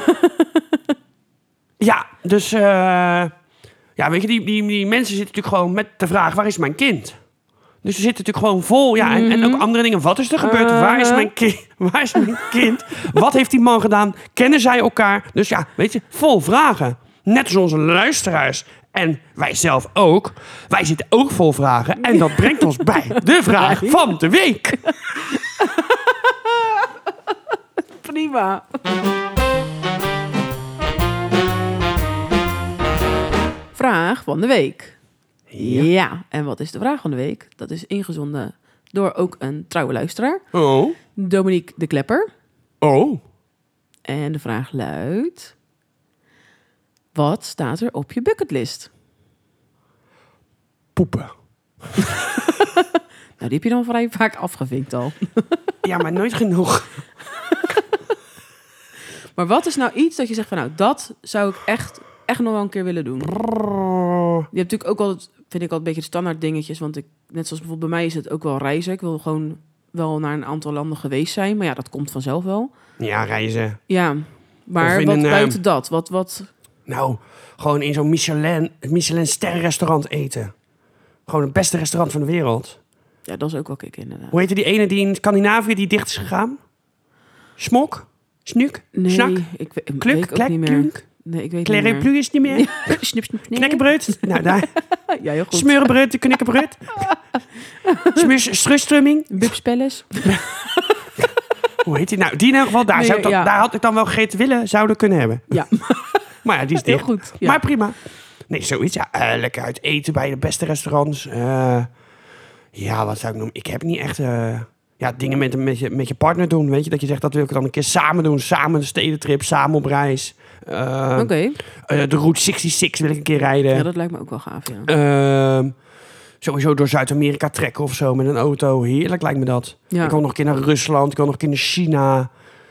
Ja, dus... weet je, die mensen zitten natuurlijk gewoon met de vraag... Waar is mijn kind? Dus ze zitten natuurlijk gewoon vol. Ja, en ook andere dingen. Wat is er gebeurd? Waar is mijn kind? Wat heeft die man gedaan? Kennen zij elkaar? Dus ja, weet je, vol vragen. Net als onze luisteraars. En wij zelf ook. Wij zitten ook vol vragen. En dat brengt ons bij de vraag van de week.
Prima. Vraag van de week. Ja, en wat is de vraag van de week? Dat is ingezonden door ook een trouwe luisteraar.
Oh.
Dominique de Klepper.
Oh.
En de vraag luidt... Wat staat er op je bucketlist?
Poepen.
Nou, die heb je dan vrij vaak afgevinkt al.
Ja, maar nooit genoeg.
Maar wat is nou iets dat je zegt van... Nou, dat zou ik echt nog wel een keer willen doen. Je hebt natuurlijk ook altijd... Vind ik al een beetje de standaard dingetjes. Want net zoals bijvoorbeeld bij mij is het ook wel reizen. Ik wil gewoon wel naar een aantal landen geweest zijn. Maar ja, dat komt vanzelf wel.
Ja, reizen.
Ja, maar wat buiten dat? Wat...
Nou, gewoon in zo'n Michelin sterrenrestaurant eten. Gewoon het beste restaurant van de wereld.
Ja, dat is ook wel kick inderdaad.
Hoe heette die ene die in Scandinavië die dicht is gegaan? Smok? Snuk?
Nee,
Snak?
Ik
Kluk?
weet ook niet meer.
Klunk?
Nee, ik weet
Claire
niet meer.
Plus niet meer? Knekkenbreud? Nou, daar.
Ja, heel goed.
Smeurenbreud, de knekkenbreud. Strusstrumming.
Bubspelles.
Hoe heet die nou? Die in ieder geval, daar had ik dan wel gegeten zouden kunnen hebben.
Ja.
Maar ja, die is dicht.
Heel goed. Ja.
Maar prima. Nee, zoiets. Ja, lekker uit eten bij de beste restaurants. Ja, wat zou ik noemen? Ik heb niet echt... dingen met je partner doen, weet je. Dat je zegt, dat wil ik dan een keer samen doen. Samen een stedentrip, samen op reis.
Oké.
De Route 66 wil ik een keer rijden.
Ja, dat lijkt me ook wel gaaf, ja.
Sowieso door Zuid-Amerika trekken of zo met een auto. Heerlijk lijkt me dat.
Ja.
Ik wil nog een keer naar Rusland. Ik wil nog een keer naar China.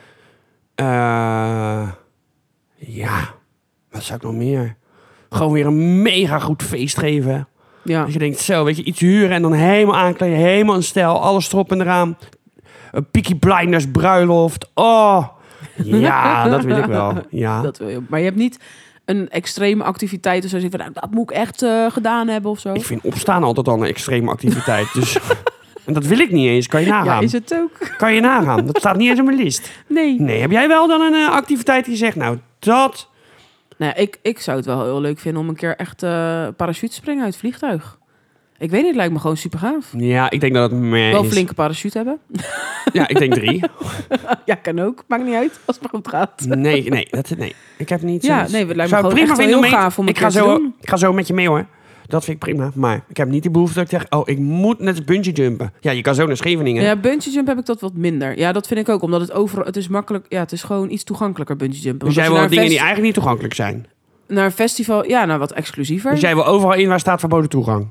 Ja, wat zou ik nog meer? Gewoon weer een mega goed feest geven.
Ja.
Dat je denkt, zo, weet je, iets huren en dan helemaal aankleden. Helemaal in stijl, alles erop en eraan. Een Peaky Blinders bruiloft. Oh, ja, dat wil ik wel. Ja.
Dat wil je. Maar je hebt niet een extreme activiteit. Dus als je van, nou, dat moet ik echt gedaan hebben of zo.
Ik vind opstaan altijd al een extreme activiteit. Dus, en dat wil ik niet eens. Kan je nagaan?
Ja, is het ook?
Kan je nagaan? Dat staat niet eens op mijn list.
Nee.
Nee, heb jij wel dan een activiteit die zegt, nou, dat...
Nou, ik zou het wel heel leuk vinden om een keer echt parachute te springen uit het vliegtuig. Ik weet niet, het lijkt me gewoon super gaaf.
Ja, ik denk dat het meer
wel
is.
flinke parachute hebben.
Ja, ik denk 3.
Ja, kan ook. Maakt niet uit als het maar goed gaat.
Nee. Ik heb niet...
Ja, nee, het lijkt me
zou
gewoon echt wel heel gaaf om een keer te doen.
Ik ga zo met je mee, hoor. Dat vind ik prima. Maar ik heb niet die behoefte dat ik zeg... ik moet net bungee jumpen. Ja, je kan zo naar Scheveningen.
Ja, bungee jump heb ik dat wat minder. Ja, dat vind ik ook. Omdat het overal... Het is makkelijk... Ja, het is gewoon iets toegankelijker bungee jumpen.
Dus jij wil dingen die eigenlijk niet toegankelijk zijn?
Naar een festival... Ja, naar wat exclusiever.
Dus jij wil overal in waar staat verboden toegang?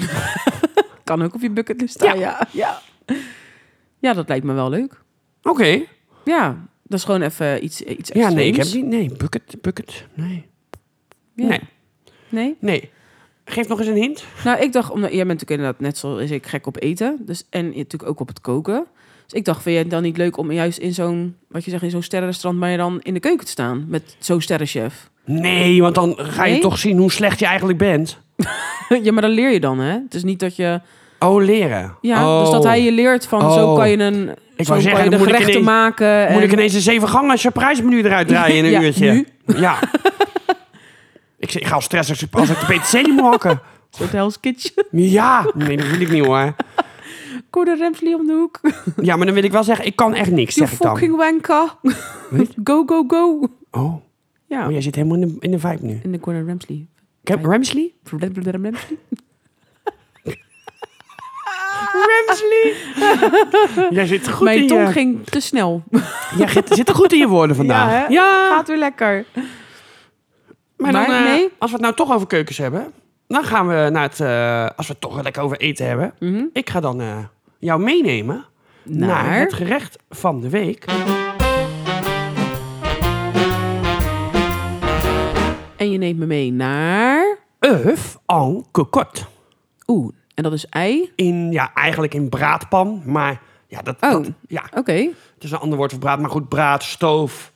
Kan ook op je bucketlist staan, ja. Ja, dat lijkt me wel leuk.
Oké.
Ja, dat is gewoon even iets extreems.
Ja, nee, ik heb niet... Nee, bucket. Nee.
Ja. Nee?
Geef nog eens een hint.
Nou, ik dacht, omdat jij bent natuurlijk inderdaad net zoals ik gek op eten. Dus, en natuurlijk ook op het koken. Dus ik dacht, vind je het dan niet leuk om juist in zo'n, wat je zegt, in zo'n sterrenrestaurant, maar je dan in de keuken te staan met zo'n sterrenchef?
Nee, want dan ga je toch zien hoe slecht je eigenlijk bent.
Ja, maar dan leer je dan, hè? Het is niet dat je...
Oh, leren.
Ja, dus dat hij je leert van, zo kan je een...
Ik
zo
wou zeggen,
kan je de
moet
gerechten maken.
Moet ik ineens een 7 gangen surprise-menu eruit draaien in een uurtje?
Nu?
Ja. Ik ga al stressen als ik de peterselie moet hakken.
Een soort Hell's Kitchen.
Ja, nee, dat wil ik niet, hoor.
Gordon Ramsay om de hoek.
Ja, maar dan wil ik wel zeggen, ik kan echt niks,
You
zeg ik dan.
fucking wanker. Go, go, go.
Oh.
Ja.
Oh, jij zit helemaal in de vibe nu.
In de Gordon Ramsay.
Ramsley?
Ramsay?
Ramsley! Jij zit goed
Mijn
in
tong
je...
ging te snel.
Jij zit er goed in je woorden vandaag.
Ja, hè?
Ja.
Gaat weer lekker.
Maar dan,
nee?
als we het nou toch over keukens hebben... dan gaan we naar het... als we het toch lekker over eten hebben... Ik ga dan jou meenemen... naar het gerecht van de week.
En je neemt me mee naar...
Œuf en cocotte.
Oeh, en dat is ei?
Eigenlijk in braadpan, maar... Ja,
Oké.
Het is een ander woord voor braad, maar goed, braad, stoof.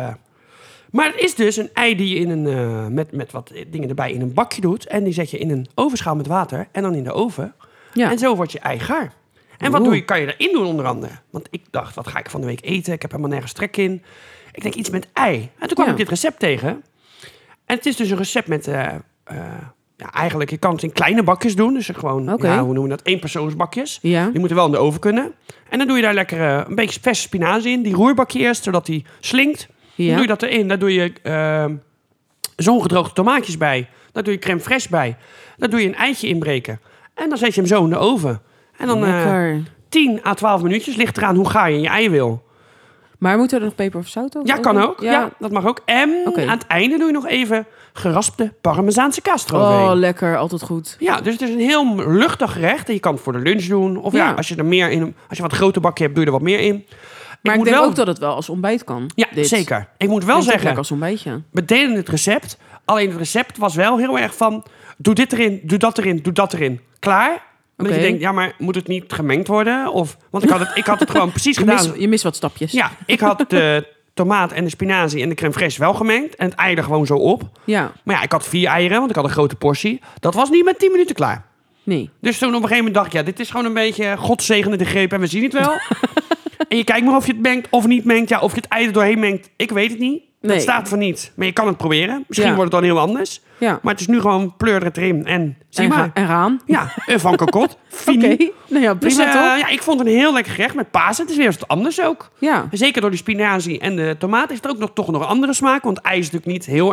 Maar het is dus een ei die je in een, met wat dingen erbij in een bakje doet. En die zet je in een ovenschaal met water en dan in de oven.
Ja.
En zo wordt je ei gaar. En wat kan je erin doen onder andere? Want ik dacht, wat ga ik van de week eten? Ik heb helemaal nergens trek in. Ik denk iets met ei. En toen kwam ik dit recept tegen. En het is dus een recept met... eigenlijk, je kan het in kleine bakjes doen. Dus gewoon, hoe noemen we dat? 1-persoonsbakjes.
Ja.
Die moeten wel in de oven kunnen. En dan doe je daar lekker een beetje verse spinazie in. Die roerbakje eerst, zodat die slinkt.
Ja.
Dan doe je dat erin. Daar doe je zongedroogde tomaatjes bij. Daar doe je crème fraîche bij. Daar doe je een eitje inbreken. En dan zet je hem zo in de oven. En dan 10 à 12 minuutjes. Ligt eraan hoe gaar je in je ei wil.
Maar moet er nog peper of zout over?
Ja, kan ook. Ja, dat mag ook. En aan het einde doe je nog even geraspte Parmezaanse kaas eroverheen.
Oh, lekker. Altijd goed.
Ja, dus het is een heel luchtig gerecht. En je kan het voor de lunch doen. Of als je er meer in... Als je wat groter bakje hebt, doe je er wat meer in.
Maar ik denk ook dat het wel als ontbijt kan.
Ja, zeker. Ik moet wel zeggen...
lekker als ontbijtje.
We deden het recept. Alleen het recept was wel heel erg van... Doe dit erin, doe dat erin, doe dat erin. Klaar? Omdat je denkt, ja, maar moet het niet gemengd worden? Want ik had het gewoon precies gedaan.
Je mist wat stapjes.
Ja, ik had de tomaat en de spinazie en de crème fraîche wel gemengd. En het ei er gewoon zo op.
Ja.
Maar ja, ik had 4 eieren, want ik had een grote portie. Dat was niet met 10 minuten klaar.
Nee.
Dus toen op een gegeven moment dacht ik, dit is gewoon een beetje God zegene de greep en we zien het wel. En je kijkt maar of je het mengt of niet mengt. Ja, of je het ei er doorheen mengt, ik weet het niet.
Nee.
Dat staat voor niet. Maar je kan het proberen. Misschien wordt het dan heel anders.
Ja.
Maar het is nu gewoon pleur het erin en zie maar.
En gaan.
Ja, van cocotte. Fini.
Oké. Nou ja, prima
dus,
toch?
ik vond het een heel lekker gerecht met Pasen. Het is weer wat anders ook.
Ja.
En zeker door de spinazie en de tomaat is het ook toch nog een andere smaak. Want ei is natuurlijk niet heel erg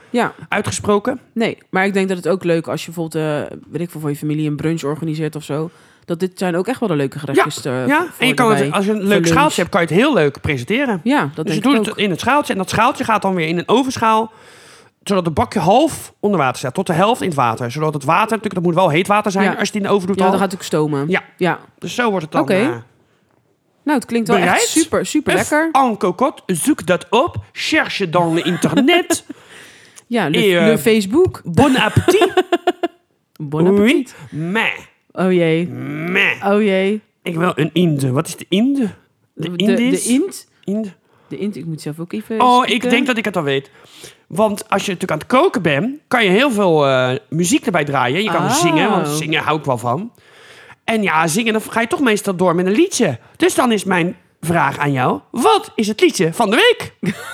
uitgesproken.
Nee, maar ik denk dat het ook leuk als je bijvoorbeeld, weet ik veel, voor je familie een brunch organiseert of zo. Dat dit zijn ook echt wel de leuke gerechtjes.
En je kan het, als je een leuk schaaltje hebt, kan je het heel leuk presenteren.
Ja, dat
dus
denk
je
ik
doet
ook.
het in het schaaltje en dat schaaltje gaat dan weer in een ovenschaal, zodat het bakje half onder water staat, tot de helft in het water. Zodat het water, natuurlijk, dat moet wel heet water zijn als je het in de oven doet.
Ja, dan gaat het ook stomen. Ja.
Dus zo wordt het dan.
Oké. Nou, het klinkt wel echt super, super lekker.
En cocotte, zoek dat op. Cherche dans le internet.
Ja, le Facebook.
Bon appétit.
Bon appétit.
Meh.
Oh jee.
Meh.
Oh jee.
Ik wil een inde. Wat is de inde?
De int?
Inde.
De int, ik moet zelf ook even
spieken. Ik denk dat ik het al weet. Want als je natuurlijk aan het koken bent, kan je heel veel muziek erbij draaien. Je kan zingen, want zingen hou ik wel van. En ja, zingen, dan ga je toch meestal door met een liedje. Dus dan is mijn vraag aan jou. Wat is het liedje van de week?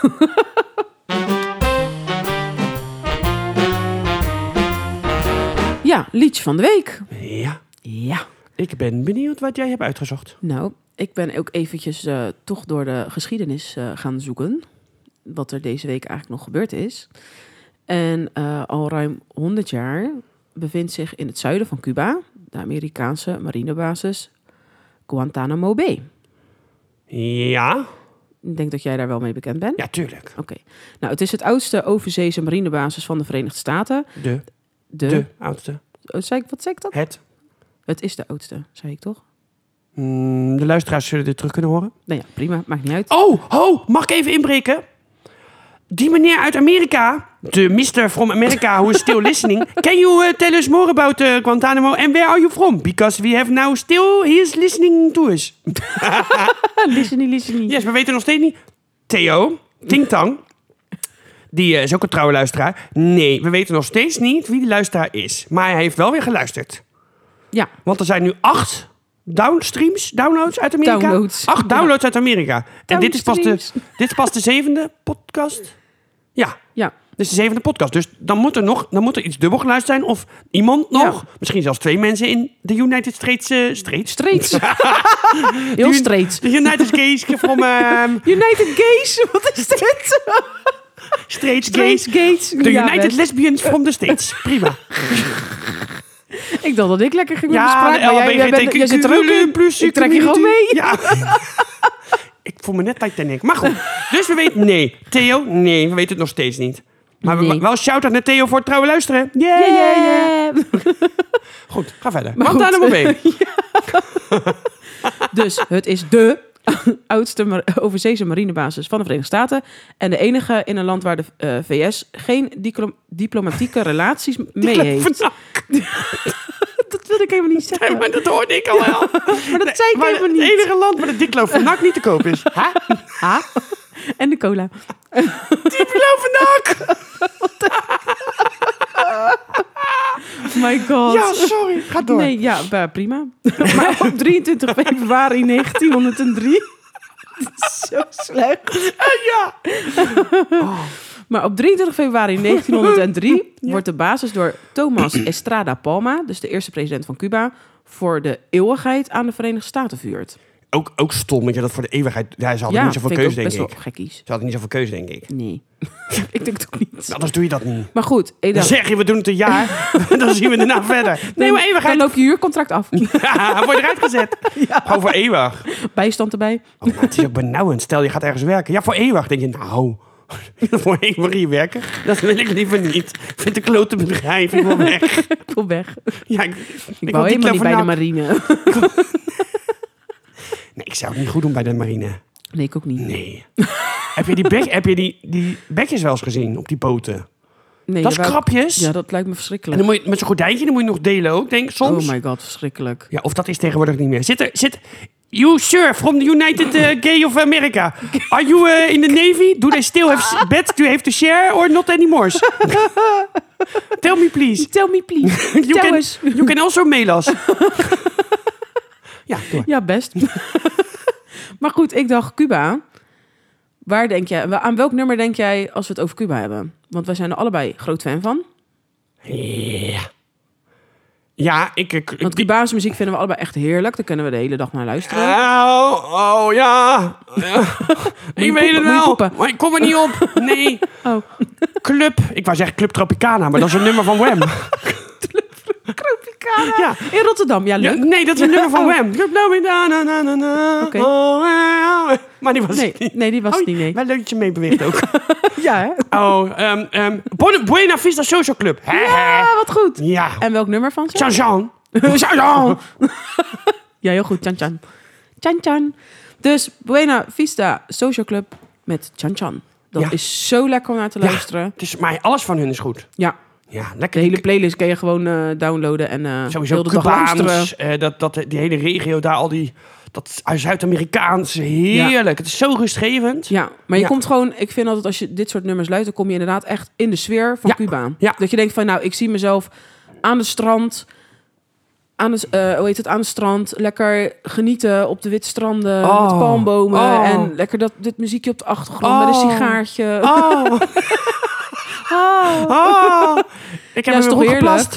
Ja, liedje van de week.
Ja. Ik ben benieuwd wat jij hebt uitgezocht.
Nou, ik ben ook eventjes toch door de geschiedenis gaan zoeken. Wat er deze week eigenlijk nog gebeurd is. En al ruim 100 jaar bevindt zich in het zuiden van Cuba de Amerikaanse marinebasis Guantanamo Bay.
Ja.
Ik denk dat jij daar wel mee bekend bent.
Ja, tuurlijk.
Oké. Nou, het is het oudste overzeese marinebasis van de Verenigde Staten.
De oudste.
Wat zei ik dat? Het is de oudste, zei ik toch?
De luisteraars zullen dit terug kunnen horen.
Nou ja, prima. Maakt niet uit.
Oh, mag ik even inbreken? Die meneer uit Amerika, de Mr. from America who is still listening. Can you tell us more about Guantanamo and where are you from? Because we have now still, he is listening to us.
listening.
Yes, we weten nog steeds niet. Theo, Ting Tang, die is ook een trouwe luisteraar. Nee, we weten nog steeds niet wie die luisteraar is. Maar hij heeft wel weer geluisterd.
Ja.
Want er zijn nu 8 downloads uit Amerika. 8 downloads uit Amerika. En dit is pas de 7e podcast. Ja. Dit is de 7e podcast. Dus dan moet er iets dubbel geluisterd zijn. Of iemand nog. Ja. Misschien zelfs 2 mensen in de United States.
Heel straight.
De United Gays from...
United Gays? Wat is dit?
Straight gays. De United Lesbians from the States. Prima.
Ik dacht dat ik lekker ging met de spraak, maar jij zit er ook in.
Plus,
ik trek je gewoon mee.
Ja. Ik voel me net Titanic. Maar goed, dus we weten... Nee. Theo? Nee, we weten het nog steeds niet. Maar wel shout-out naar Theo voor het trouwe luisteren.
Yeah.
Goed, ga verder. Guantanamo Bay.
Dus het is de oudste overzeese marinebasis van de Verenigde Staten. En de enige in een land waar de VS geen diplomatieke relaties mee heeft. Dat wilde ik helemaal niet zeggen.
Nee, maar dat hoorde ik al wel.
Maar dat zei ik helemaal niet.
Het enige land waar de diclofenac niet te koop is.
Ha? En de cola.
Diclofenac!
My god.
Ja, sorry. Ga door.
Nee, ja, prima. Maar op 23 februari 1903... Dit is zo slecht.
Ja.
Maar op 23 februari 1903 wordt de basis door Thomas Estrada Palma, dus de eerste president van Cuba, voor de eeuwigheid aan de Verenigde Staten vuurt.
Ook stom dat je dat voor de eeuwigheid... Ja, ze hadden niet zoveel keuze, denk ik.
Best wel gekkies.
Ze hadden niet zoveel keuze, denk ik.
Nee. Ik denk het ook niet.
Anders doe je dat niet.
Maar goed.
Dan zeg je, we doen het een jaar. Dan zien we daarna verder. Nee, maar eeuwigheid.
Dan loop je huurcontract af.
Ja, word je eruit gezet. Ja. Gewoon voor eeuwig.
Bijstand erbij.
Oh, nou, het is ook benauwend. Stel, je gaat ergens werken. Ja, voor eeuwig. Denk je, nou... voor eeuwig hier werken? Dat wil ik liever niet. Ik vind de klote bedrijf. Ik wil weg.
Ik wil weg.
Ja,
ik wou helemaal niet bij de marine.
Nee, ik zou het niet goed doen bij de marine.
Nee, ik ook niet.
Nee. Heb je die bekjes wel eens gezien op die boten?
Nee,
dat is krapjes.
Ja, dat lijkt me verschrikkelijk.
En dan moet je met zo'n gordijntje, dan moet je nog delen ook, denk ik, soms.
Oh my god, verschrikkelijk.
Ja, of dat is tegenwoordig niet meer. Zit you sir from the United Gay of America. Are you in the Navy? Do they still have beds? Do you have to share or not anymore? Tell me please.
Tell me please.
You can also mail us. Ja, door.
Ja, best. Maar goed, ik dacht Cuba. Waar denk jij, aan welk nummer denk jij als we het over Cuba hebben? Want wij zijn er allebei groot fan van.
Ja. Ja,
Want Cubaanse muziek vinden we allebei echt heerlijk. Daar kunnen we de hele dag naar luisteren.
Ja. Ik weet het wel, maar ik kom er niet op. Nee.
Oh.
Club. Ik wou zeggen Club Tropicana, maar dat is een nummer van Wham.
Tropicana?
Ja.
In Rotterdam, ja, leuk.
Ja, nee, dat is een nummer van Wham. Club Tropicana.
Oké.
Maar die was het niet.
Nee, die was het niet, nee.
Wel leuk dat je meebeweegt ook.
Ja, hè?
Buena Vista Social Club.
Ja, wat goed.
Ja.
En welk nummer van ze?
Jean.
Ja, heel goed. Chan Chan. Chan Chan. Dus Buena Vista Social Club met Chan Chan. Dat is zo lekker om naar te luisteren.
Maar alles van hun is goed.
Ja.
Ja, lekker.
De hele playlist kun je gewoon downloaden en
sowieso
heel de dag
luisteren. Die hele regio daar, al die... Dat Zuid-Amerikaans, heerlijk. Ja. Het is zo rustgevend.
Ja, maar je komt gewoon... Ik vind altijd, als je dit soort nummers luistert... kom je inderdaad echt in de sfeer van Cuba. Ja. Dat je denkt van, nou, ik zie mezelf aan de strand... aan de strand, lekker genieten op de witte stranden... met palmbomen en lekker dit muziekje op de achtergrond... met een sigaartje.
Ik heb toch geplast.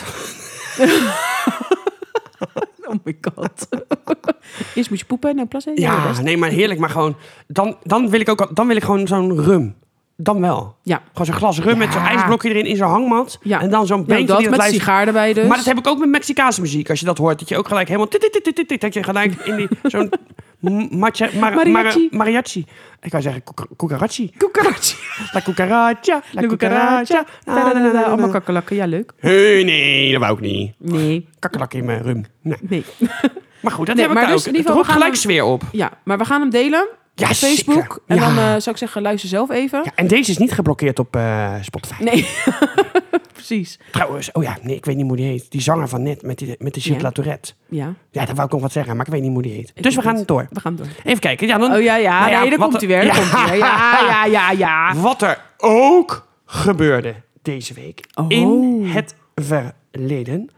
Oh my god. Eerst moet je poepen en dan plassen.
Ja, nee, maar heerlijk. Maar gewoon... Dan wil ik gewoon zo'n rum. Dan wel.
Ja.
Gewoon zo'n glas rum met zo'n ijsblokje erin in zo'n hangmat. Ja. En dan zo'n beentje
dat
die
met sigaar erbij dus.
Maar dat heb ik ook met Mexicaanse muziek. Als je dat hoort, dat je ook gelijk helemaal... Dat je gelijk in die... Zo'n mariachi. Ik wou zeggen cucarachi. La cucaracha. La cucaracha.
Allemaal kakkerlakken. Ja, leuk.
Nee, dat wou ik niet.
Nee.
Kakkerlakken in mijn rum. Nee. Maar goed, dat heb ik
dus
ook. Het roept gelijk sfeer op.
Ja, maar we gaan hem delen.
Ja,
op Facebook.
Zeker.
En dan zou ik zeggen, luister zelf even.
Ja, en deze is niet geblokkeerd op Spotify.
Nee, precies.
Trouwens, ik weet niet hoe die heet. Die zanger van net met de Gilles La Tourette.
Ja.
Ja, daar wou ik nog wat zeggen, maar ik weet niet hoe die heet. Dus we gaan door.
We gaan door.
Even kijken. Ja, dan,
daar komt hij weer. Ja.
Wat er ook gebeurde deze week in het verleden...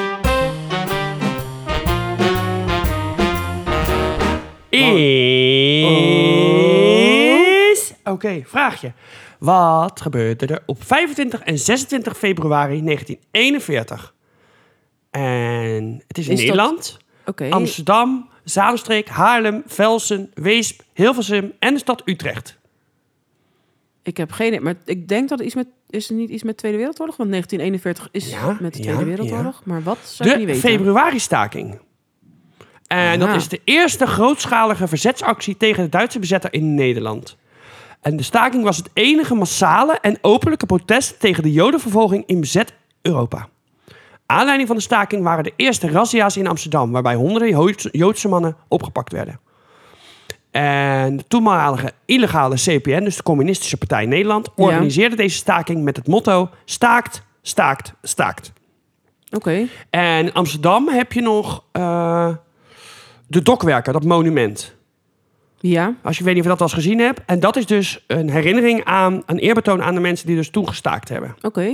is... Oké, vraagje. Wat gebeurde er op 25 en 26 februari 1941? En het is in Nederland. Amsterdam, Zaanstreek, Haarlem, Velsen, Weesp, Hilversum en de stad Utrecht.
Ik heb geen idee, maar ik denk dat het is niet iets met de Tweede Wereldoorlog? Want 1941 is met de Tweede Wereldoorlog. Ja. Maar wat zou ik niet weten?
De februari-staking. En dat is de eerste grootschalige verzetsactie tegen de Duitse bezetter in Nederland. En de staking was het enige massale en openlijke protest tegen de Jodenvervolging in bezet Europa. Aanleiding van de staking waren de eerste razzia's in Amsterdam, waarbij honderden Joodse mannen opgepakt werden. En de toenmalige illegale CPN, dus de Communistische Partij Nederland, organiseerde deze staking met het motto: staakt, staakt, staakt.
Oké.
En in Amsterdam heb je nog de Dokwerker, dat monument.
Ja.
Als je weet niet of je dat al eens gezien hebt. En dat is dus een herinnering aan, een eerbetoon aan de mensen die dus toen gestaakt hebben.
Oké.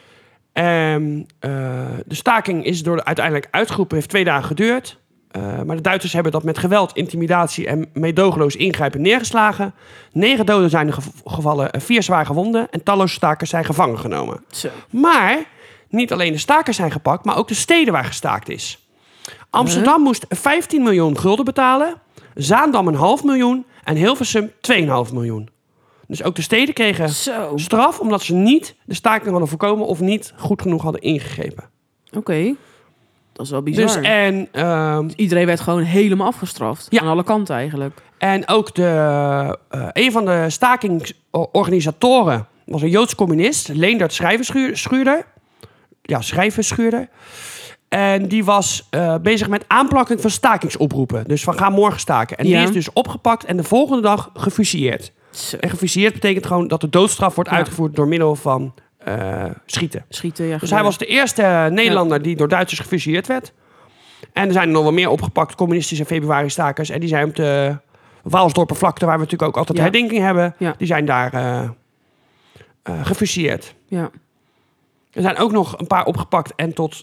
De staking is uiteindelijk uitgeroepen, heeft 2 dagen geduurd. Maar de Duitsers hebben dat met geweld, intimidatie en meedogenloos ingrijpen neergeslagen. 9 doden zijn er gevallen, 4 zwaar gewonden en talloze stakers zijn gevangen genomen.
Zo.
Maar niet alleen de stakers zijn gepakt, maar ook de steden waar gestaakt is. Amsterdam moest 15 miljoen gulden betalen, Zaandam 500.000 en Hilversum 2,5 miljoen. Dus ook de steden kregen straf omdat ze niet de staking hadden voorkomen of niet goed genoeg hadden ingegrepen.
Oké. Dat is wel bizar.
Dus
iedereen werd gewoon helemaal afgestraft. Ja. Aan alle kanten eigenlijk. En ook
een van de stakingsorganisatoren was een Joods communist, Leendert Schrijverschuurder. En die was bezig met aanplakking van stakingsoproepen. Dus van ga morgen staken. En die is dus opgepakt en de volgende dag gefusilleerd. En gefusilleerd betekent gewoon dat de doodstraf wordt uitgevoerd door middel van schieten. Dus hij was de eerste Nederlander die door Duitsers gefusilleerd werd. En er zijn er nog wel meer opgepakt, communistische februari-stakers. En die zijn op de Waalsdorpervlakte, waar we natuurlijk ook altijd herdenking hebben. Ja. Die zijn daar gefusilleerd. Ja. Er zijn ook nog een paar opgepakt en tot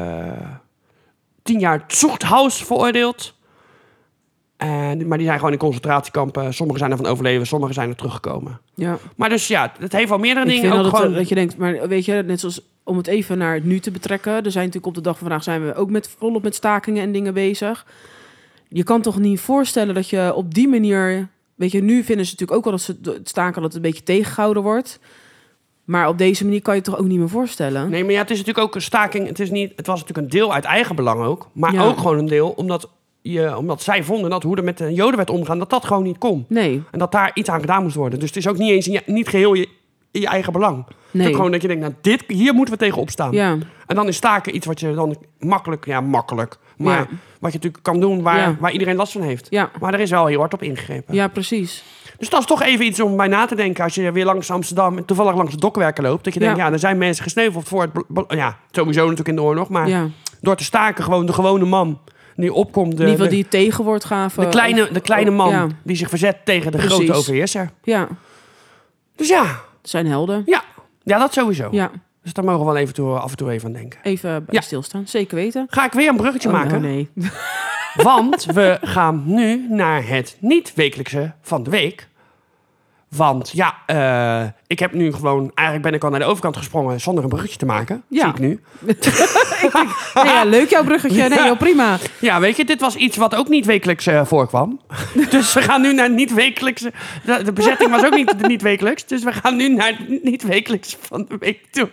10 jaar Zuchthaus veroordeeld. Maar die zijn gewoon in concentratiekampen. Sommigen zijn ervan overleven, sommigen zijn er teruggekomen. Ja. Maar dus het heeft wel meerdere dingen.
Ik vind ook gewoon dat je denkt, maar weet je, net zoals om het even naar het nu te betrekken. Er zijn natuurlijk op de dag van vandaag zijn we ook volop met stakingen en dingen bezig. Je kan toch niet voorstellen dat je op die manier... Weet je, nu vinden ze natuurlijk ook wel dat ze het staken dat het een beetje tegengehouden wordt. Maar op deze manier kan je het toch ook niet meer voorstellen?
Nee, maar ja, het is natuurlijk ook een staking. Het was natuurlijk een deel uit eigen belang ook. Maar ook gewoon een deel omdat zij vonden dat hoe er met de Joden werd omgaan, dat gewoon niet kon.
Nee.
En dat daar iets aan gedaan moest worden. Dus het is ook niet eens niet geheel in je eigen belang. Nee. Het gewoon dat je denkt, nou, hier moeten we tegen opstaan.
Ja.
En dan is staken iets wat je dan makkelijk, maar wat je natuurlijk kan doen waar iedereen last van heeft. Ja. Maar er is wel heel hard op ingegrepen.
Ja, precies.
Dus dat is toch even iets om bij na te denken als je weer langs Amsterdam en toevallig langs de Dokwerken loopt. Dat je denkt, er zijn mensen gesneuveld voor het... sowieso natuurlijk in de oorlog, maar door te staken gewoon de gewone man die opkomt.
In ieder geval die tegenwoord gaven.
De kleine man die zich verzet tegen de grote overheerser.
Ja.
Dus ja.
Het zijn helden.
Ja, dat sowieso.
Ja.
Dus daar mogen we wel af en toe even aan denken.
Even bij stilstaan, zeker weten.
Ga ik weer een bruggetje maken?
Nee.
Want we gaan nu naar het niet-wekelijkse van de week. Want ik heb nu gewoon... Eigenlijk ben ik al naar de overkant gesprongen zonder een bruggetje te maken. Ja. Zie ik nu.
Leuk jouw bruggetje. Nee, joh, prima.
Ja, weet je, dit was iets wat ook niet wekelijks voorkwam. Dus we gaan nu naar niet-wekelijkse... De bezetting was ook niet wekelijks. Dus we gaan nu naar het niet-wekelijkse van de week toe.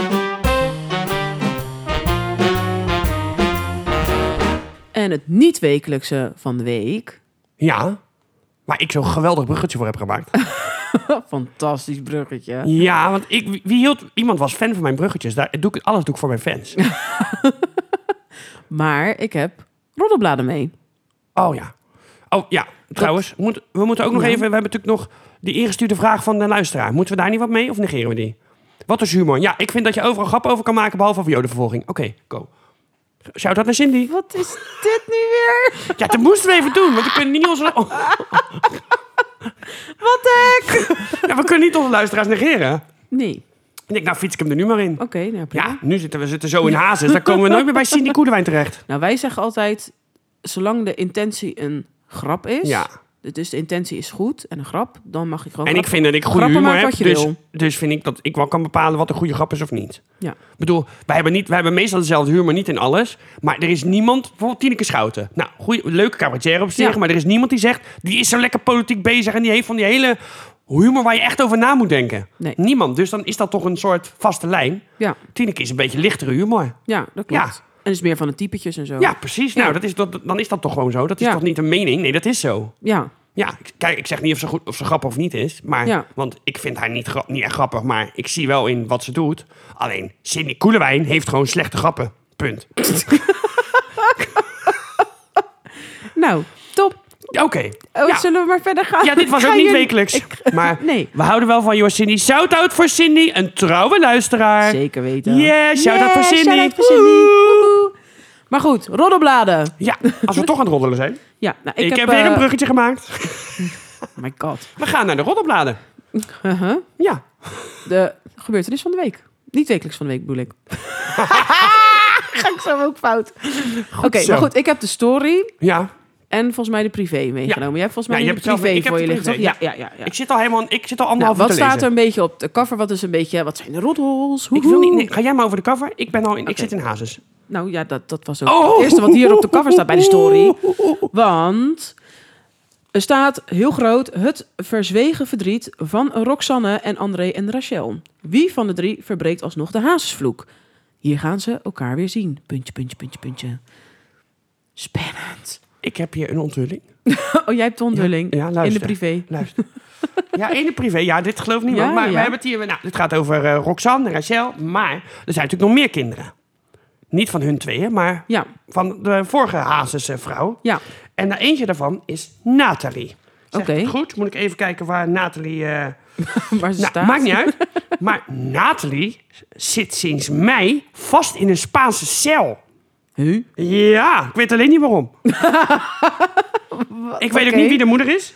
En het niet-wekelijkse van de week...
Ja, waar ik zo'n geweldig bruggetje voor heb gemaakt.
Fantastisch bruggetje.
Ja, want iemand was fan van mijn bruggetjes. Alles doe ik voor mijn fans.
Maar ik heb roddelbladen mee.
Oh ja. Trouwens, we moeten ook nog even... We hebben natuurlijk nog die ingestuurde vraag van de luisteraar. Moeten we daar niet wat mee of negeren we die? Wat is humor? Ja, ik vind dat je overal grap over kan maken, behalve over Jodenvervolging. Oké, go. Shout-out naar Cindy.
Wat is dit nu weer?
Ja, dat moesten we even doen, want we kunnen niet onze...
Wat hek?
Ja, we kunnen niet onze luisteraars negeren.
Nee.
Ik denk, nou fiets ik hem er nu maar in.
Oké, nou prima.
Ja, nu zitten we zo in hazes. Dan komen we nooit meer bij Cindy Koedewijn terecht.
Nou, wij zeggen altijd, zolang de intentie een grap is... Ja. Dus de intentie is goed en een grap, dan mag ik gewoon...
En ik vind dat ik goede humor heb, dus vind ik dat ik wel kan bepalen wat een goede grap is of niet. Ja. Ik bedoel, wij hebben meestal dezelfde humor, niet in alles. Maar er is niemand, bijvoorbeeld Tineke Schouten. Nou, leuke cabaretier op zich, maar er is niemand die zegt... die is zo lekker politiek bezig en die heeft van die hele humor waar je echt over na moet denken. Nee. Niemand, dus dan is dat toch een soort vaste lijn. Ja. Tineke is een beetje lichtere humor.
Ja, dat klopt. Ja. En is meer van de typetjes en zo.
Ja, precies. Ja. Nou, dan is dat toch gewoon zo. Dat is toch niet een mening? Nee, dat is zo.
Ja.
Ja, kijk, ik zeg niet of ze grappig of niet is. Maar, want ik vind haar niet echt grappig. Maar ik zie wel in wat ze doet. Alleen, Cindy Koelewijn heeft gewoon slechte grappen. Punt.
Nou, top.
Oké.
Zullen we maar verder gaan?
Ja, dit was ook niet wekelijks. Maar we houden wel van jou, Cindy. Shout-out voor Cindy, een trouwe luisteraar.
Zeker weten.
Yeah, shout-out voor Cindy.
Shout-out voor Cindy. Maar goed, roddelbladen.
Ja, als we toch aan het roddelen zijn.
Ja, nou,
ik heb weer een bruggetje gemaakt.
Oh my god.
We gaan naar de roddelbladen. Ja.
De gebeurtenis van de week. Niet wekelijks van de week, bedoel ik. Ga ik zo ook fout. Oké, maar goed, ik heb de story. Ja. En volgens mij de privé meegenomen. Jij hebt volgens mij de privé voor je liggen, toch? Ja.
Ik zit al anderhalf uur te
Wat staat er een beetje op de cover? Wat was zijn de roddels?
Ik wil niet. Nee, ga jij maar over de cover? Ik zit in hazes.
Nou ja, dat was ook het eerste wat hier op de cover staat bij de story. Want er staat heel groot: het verzwegen verdriet van Roxanne en André en Rachel. Wie van de drie verbreekt alsnog de hazesvloek? Hier gaan ze elkaar weer zien. Puntje, puntje, puntje, puntje. Spannend.
Ik heb hier een onthulling.
Oh, jij hebt de onthulling?
Ja, luister.
In de privé?
Luister. Ja, in de privé. Ja, dit gelooft niemand. Maar we hebben het hier... Nou, dit gaat over Roxanne en Rachel. Maar er zijn natuurlijk nog meer kinderen. Niet van hun tweeën, maar van de vorige hazesvrouw. Ja. En eentje daarvan is Nathalie. Oké. Goed, moet ik even kijken waar Nathalie...
waar ze staat?
Maakt niet uit. Maar Nathalie zit sinds mei vast in een Spaanse cel.
Huh?
Ja, ik weet alleen niet waarom. Ik weet ook niet wie de moeder is.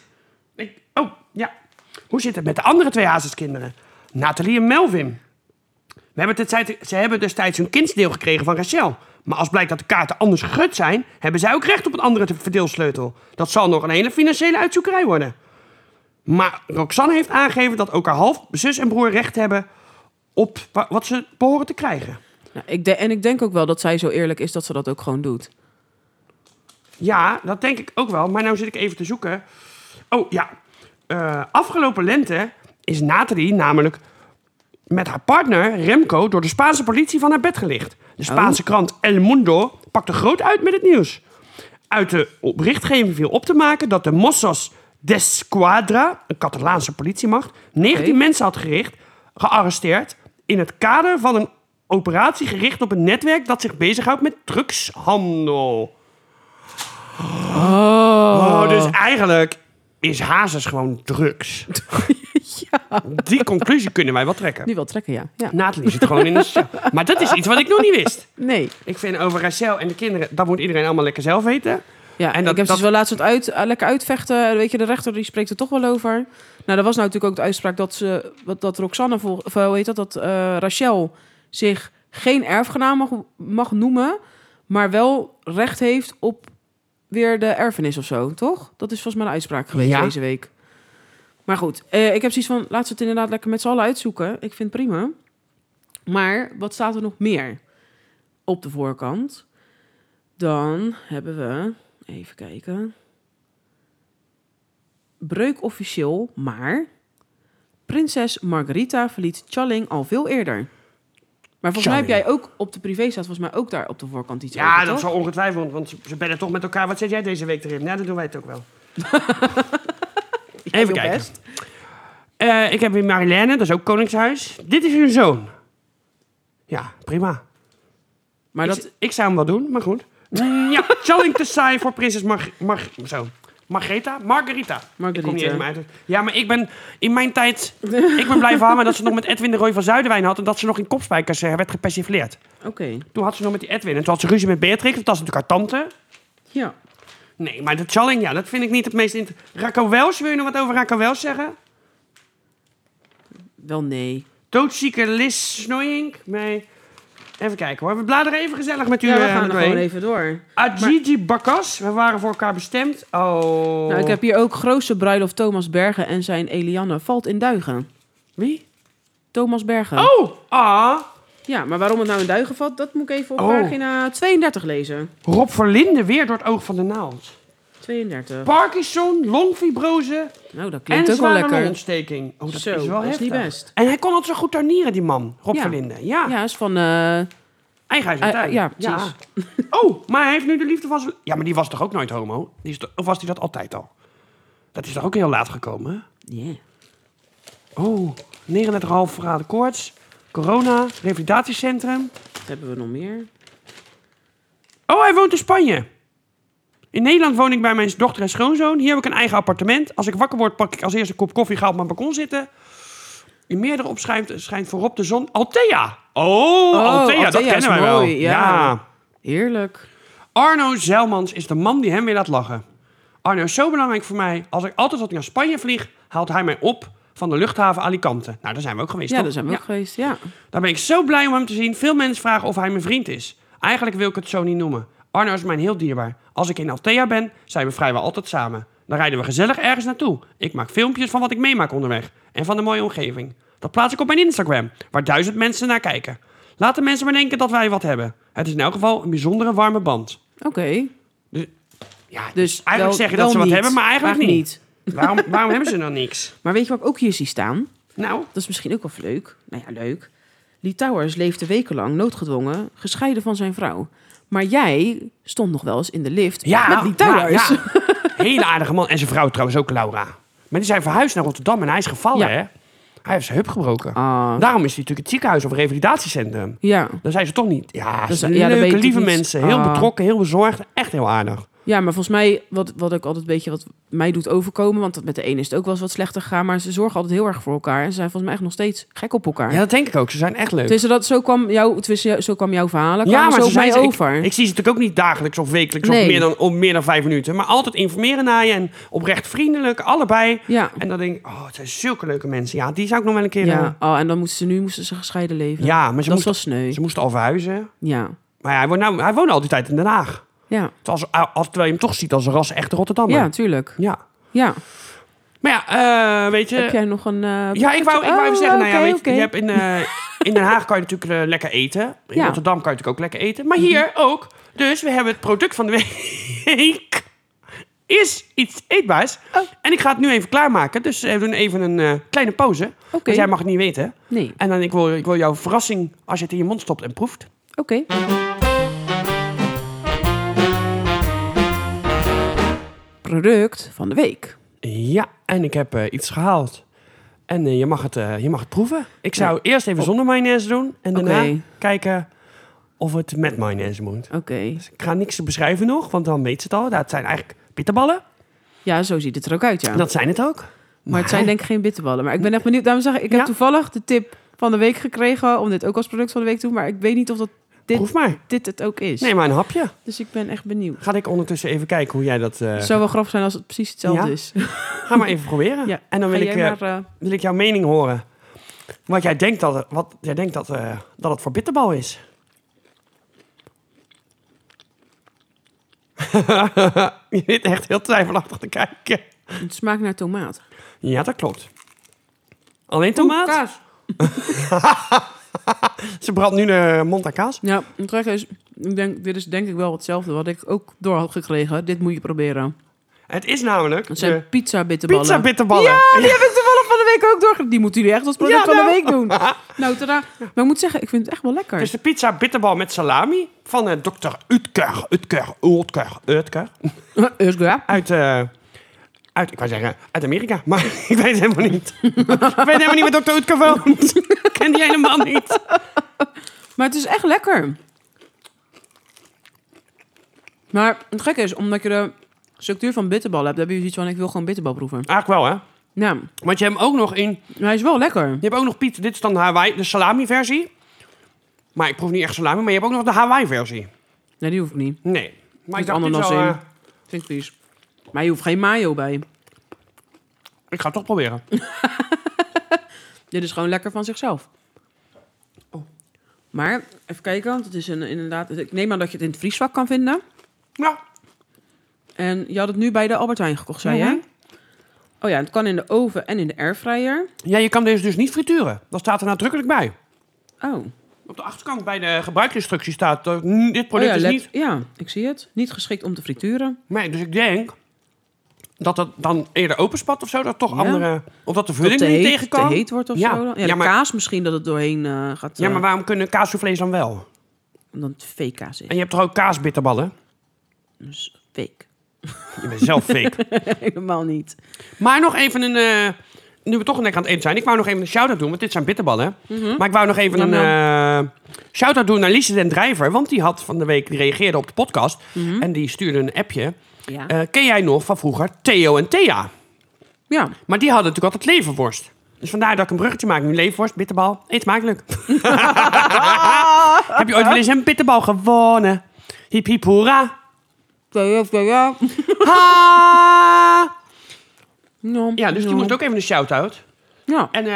Hoe zit het met de andere twee hazeskinderen? Nathalie en Melvin. Ze hebben destijds hun kindsdeel gekregen van Rachel. Maar als blijkt dat de kaarten anders gegud zijn, hebben zij ook recht op een andere verdeelsleutel. Dat zal nog een hele financiële uitzoekerij worden. Maar Roxanne heeft aangegeven dat ook haar halfzus en broer recht hebben op wat ze behoren te krijgen.
Nou, ik denk ook wel dat zij zo eerlijk is dat ze dat ook gewoon doet.
Ja, dat denk ik ook wel. Maar nou zit ik even te zoeken. Oh ja, afgelopen lente is Nathalie namelijk met haar partner Remco door de Spaanse politie van haar bed gelicht. De Spaanse krant El Mundo pakte groot uit met het nieuws. Uit de berichtgeving viel op te maken dat de Mossos d'Esquadra, een Catalaanse politiemacht, 19 mensen had gearresteerd in het kader van een operatie gericht op een netwerk dat zich bezighoudt met drugshandel. Dus eigenlijk is Hazes gewoon drugs.
Ja.
Die conclusie kunnen wij wel trekken.
Die wel trekken, ja.
Nathalie zit gewoon in de show. Maar dat is iets wat ik nog niet wist.
Nee.
Ik vind over Rachel en de kinderen, dat moet iedereen allemaal lekker zelf weten.
Ja, en ik heb ze wel laatst lekker uitvechten. Weet je, de rechter die spreekt er toch wel over. Nou, dat was nou natuurlijk ook de uitspraak dat Roxanne, dat Rachel zich geen erfgenaam mag noemen, maar wel recht heeft op weer de erfenis of zo, toch? Dat is volgens mij een uitspraak geweest deze week. Maar goed, ik heb zoiets van, laten we het inderdaad lekker met z'n allen uitzoeken. Ik vind het prima. Maar wat staat er nog meer op de voorkant? Dan hebben we, even kijken. Breuk officieel, maar prinses Margarita verliet Challing al veel eerder. Maar volgens mij heb jij ook op de privé staat volgens mij ook daar op de voorkant iets over,
Ja, dat
toch?
zal ongetwijfeld, want ze bellen toch met elkaar. Wat zet jij deze week erin? Ja, dat doen wij het ook wel. Even kijken. Ik heb weer Marilène, dat is ook koningshuis. Dit is hun zoon. Ja, prima.
Maar
ik zou hem wel doen, maar goed. Ja, Challing te saai voor prinses Margarita. Ik kom niet eens meer uit. Ja, maar ik ben in mijn tijd... ik ben blijven hangen dat ze nog met Edwin de Roy van Zuiderwijn had en dat ze nog in kopspijkers werd gepersifleerd.
Oké.
Toen had ze nog met die Edwin. En toen had ze ruzie met Beatrix, dat was natuurlijk haar tante.
Ja.
Nee, maar de Challing, ja, dat vind ik niet het meest... Raquel Welch, wil je nog wat over Raquel Welch zeggen?
Wel nee.
Doodzieke Liz Snoyink? Nee. Even kijken hoor. We bladeren even gezellig met u.
Ja, we gaan er gewoon even door.
Gigi Bakas, we waren voor elkaar bestemd. Oh.
Nou, ik heb hier ook grootste bruiloft Thomas Bergen en zijn Elianne valt in Duigen.
Wie?
Thomas Bergen.
Oh,
Ja, maar waarom het nou in Duigen valt, dat moet ik even op pagina 32 lezen.
Rob Verlinde weer door het oog van de naald.
32.
Parkinson, longfibrose.
Nou, dat klinkt ook wel lekker.
longontsteking. Oh, dat is wel
dat
heftig.
is niet best.
En hij kon het zo goed tuinieren, die man. Rob Verlinde. Ja.
Ja, is van...
Eigen huis en tuin.
Ja, precies.
Ja. Oh, maar hij heeft nu de liefde van zijn... Ja, maar die was toch ook nooit homo? Of was hij dat altijd al? Dat is toch ook heel laat gekomen?
Ja.
Oh, 39,5 graden koorts. Corona, revalidatiecentrum.
Wat hebben we nog meer?
Oh, hij woont in Spanje. In Nederland woon ik bij mijn dochter en schoonzoon. Hier heb ik een eigen appartement. Als ik wakker word, pak ik als eerste een kop koffie, ga op mijn balkon zitten. In meerdere schijnt voorop de zon. Althea. Althea, dat kennen wij wel. Ja.
Heerlijk.
Arno Zijlmans is de man die hem weer laat lachen. Arno is zo belangrijk voor mij. Als ik naar Spanje vlieg, haalt hij mij op van de luchthaven Alicante. Nou, daar zijn we ook geweest,
Ja,
toch?
daar zijn we ook geweest, ja.
Daar ben ik zo blij om hem te zien. Veel mensen vragen of hij mijn vriend is. Eigenlijk wil ik het zo niet noemen. Arno is mij heel dierbaar. Als ik in Althea ben, zijn we vrijwel altijd samen. Dan rijden we gezellig ergens naartoe. Ik maak filmpjes van wat ik meemaak onderweg. En van de mooie omgeving. Dat plaats ik op mijn Instagram, waar 1000 mensen naar kijken. Laat de mensen maar denken dat wij wat hebben. Het is in elk geval een bijzondere warme band.
Oké.
Dus eigenlijk zeg je dat ze wat hebben, maar eigenlijk niet. Waarom hebben ze dan niks?
Maar weet je wat ik ook hier zie staan?
Nou?
Dat is misschien ook wel leuk. Nou ja, leuk. Lee Towers leefde wekenlang noodgedwongen, gescheiden van zijn vrouw. Maar jij stond nog wel eens in de lift met Lee Towers.
Ja. Hele aardige man. En zijn vrouw trouwens ook, Laura. Maar die zijn verhuisd naar Rotterdam en hij is gevallen, hè? Hij heeft zijn heup gebroken. Daarom is hij natuurlijk het ziekenhuis of revalidatiecentrum.
Ja.
Dan zijn ze toch niet. Ja,
dus,
leuke, lieve mensen. Heel betrokken, heel bezorgd. Echt heel aardig.
Ja, maar volgens mij, wat ik altijd een beetje wat mij doet overkomen, want met de ene is het ook wel eens wat slechter gegaan, maar ze zorgen altijd heel erg voor elkaar. En ze zijn volgens mij echt nog steeds gek op elkaar.
Ja, dat denk ik ook. Ze zijn echt leuk.
Zo kwam jouw verhalen.
Ja, maar
zo
ze zijn
mij over.
Ik zie ze natuurlijk ook niet dagelijks of wekelijks of meer dan 5 minuten. Maar altijd informeren naar je en oprecht vriendelijk, allebei.
Ja.
En dan denk ik, het zijn zulke leuke mensen. Ja, die zou ik nog wel een keer...
Ja, en dan moesten ze gescheiden leven.
Ja, maar
dat is wel sneu.
Ze moesten al verhuizen.
Ja.
Maar hij woonde al die tijd in Den Haag.
Ja.
Terwijl je hem toch ziet als een ras-echte Rotterdammer.
Ja, tuurlijk.
Ja.
Maar
ja, weet je...
Heb jij nog een...
Ja, ik wou even zeggen, je hebt In Den Haag kan je natuurlijk lekker eten. In Rotterdam kan je natuurlijk ook lekker eten. Maar hier ook. Dus we hebben het product van de week. Is iets eetbaars. Oh. En ik ga het nu even klaarmaken. Dus we doen even een kleine pauze. Want jij mag het niet weten.
Nee.
En dan ik wil jouw verrassing als je het in je mond stopt en proeft.
Oké. Product van de week.
Ja, en ik heb iets gehaald. En je mag het proeven. Ik zou eerst even zonder mayonaise doen. En daarna kijken of het met mayonaise moet.
Oké.
Dus ik ga niks beschrijven nog, want dan weet ze het al. Dat zijn eigenlijk bitterballen.
Ja, zo ziet het er ook uit, ja.
Dat zijn het ook.
Maar het zijn denk ik geen bitterballen. Maar ik ben echt benieuwd. Daarom zeg ik heb toevallig de tip van de week gekregen om dit ook als product van de week te doen. Maar ik weet niet of dit het ook is.
Nee, maar een hapje.
Dus ik ben echt benieuwd.
Ga ik ondertussen even kijken hoe jij dat...
Het zou wel grappig zijn als het precies hetzelfde is.
Ga maar even proberen. Ja. En dan wil ik jouw mening horen. Wat jij denkt dat het voor bitterbal is. Je zit echt heel twijfelachtig te kijken.
Het smaakt naar tomaat.
Ja, dat klopt. Alleen tomaat?
Kaas.
Ze brandt nu de mond aan kaas.
Ja, het gek is, dit is denk ik wel hetzelfde wat ik ook door had gekregen. Dit moet je proberen.
Het is namelijk...
Het zijn pizza-bitterballen.
Pizza-bitterballen.
Ja, die heb ik toevallig van de week ook door. Die moeten jullie echt als product van de week doen. Nou, tada. Maar ik moet zeggen, ik vind het echt wel lekker.
Het is de pizza-bitterbal met salami van Dr. Utker. Ik wou zeggen, uit Amerika. Maar ik weet helemaal niet. Ik weet helemaal niet waar Dr. Utker woont. Ik ken die helemaal niet.
Maar het is echt lekker. Maar het gekke is, omdat je de structuur van bitterbal hebt, heb je zoiets van, ik wil gewoon bitterbal proeven.
Eigenlijk wel, hè?
Ja.
Want je hebt hem ook nog in...
Hij is wel lekker.
Je hebt ook nog pizza. Dit is dan de Hawaii, de salami-versie. Maar ik proef niet echt salami. Maar je hebt ook nog de Hawaii-versie.
Nee, die hoef ik niet.
Nee. Maar
ik dacht ananas in. Vind ik vies. Maar je hoeft geen mayo bij.
Ik ga het toch proberen.
Dit is gewoon lekker van zichzelf. Oh. Maar, even kijken. Want het is inderdaad... Ik neem aan dat je het in het vriesvak kan vinden.
Ja.
En je had het nu bij de Albert Heijn gekocht, zei je? Oh ja, het kan in de oven en in de airfryer.
Ja, je kan deze dus niet frituren. Dat staat er nadrukkelijk bij.
Oh.
Op de achterkant bij de gebruiksinstructie staat... dit product is niet...
Ja, ik zie het. Niet geschikt om te frituren.
Nee, dus ik denk... dat het dan eerder openspat of zo. Dat toch andere... Of dat de vulling er niet tegen kan.
Te heet wordt of zo. Ja, de kaas misschien dat het doorheen gaat...
Ja, maar waarom kunnen kaassoufflés dan wel?
Omdat het fake kaas is.
En je hebt toch ook kaasbitterballen?
Dus fake.
Je bent zelf fake.
Helemaal niet.
Maar nog even een... nu we toch lekker aan het eten zijn. Ik wou nog even een shout-out doen, want dit zijn bitterballen. Maar ik wou nog even een shout-out doen naar Lise den Drijver. Want die reageerde op de podcast. En die stuurde een appje. Ja. Ken jij nog van vroeger Theo en Thea?
Ja.
Maar die hadden natuurlijk altijd leverworst. Dus vandaar dat ik een bruggetje maak. Nu leverworst, bitterbal. Eet smakelijk. Heb je ooit wel eens een bitterbal gewonnen? Hip hip hoera.
Ja.
Ha! Ja, dus die moest ook even een shout-out.
Ja.
En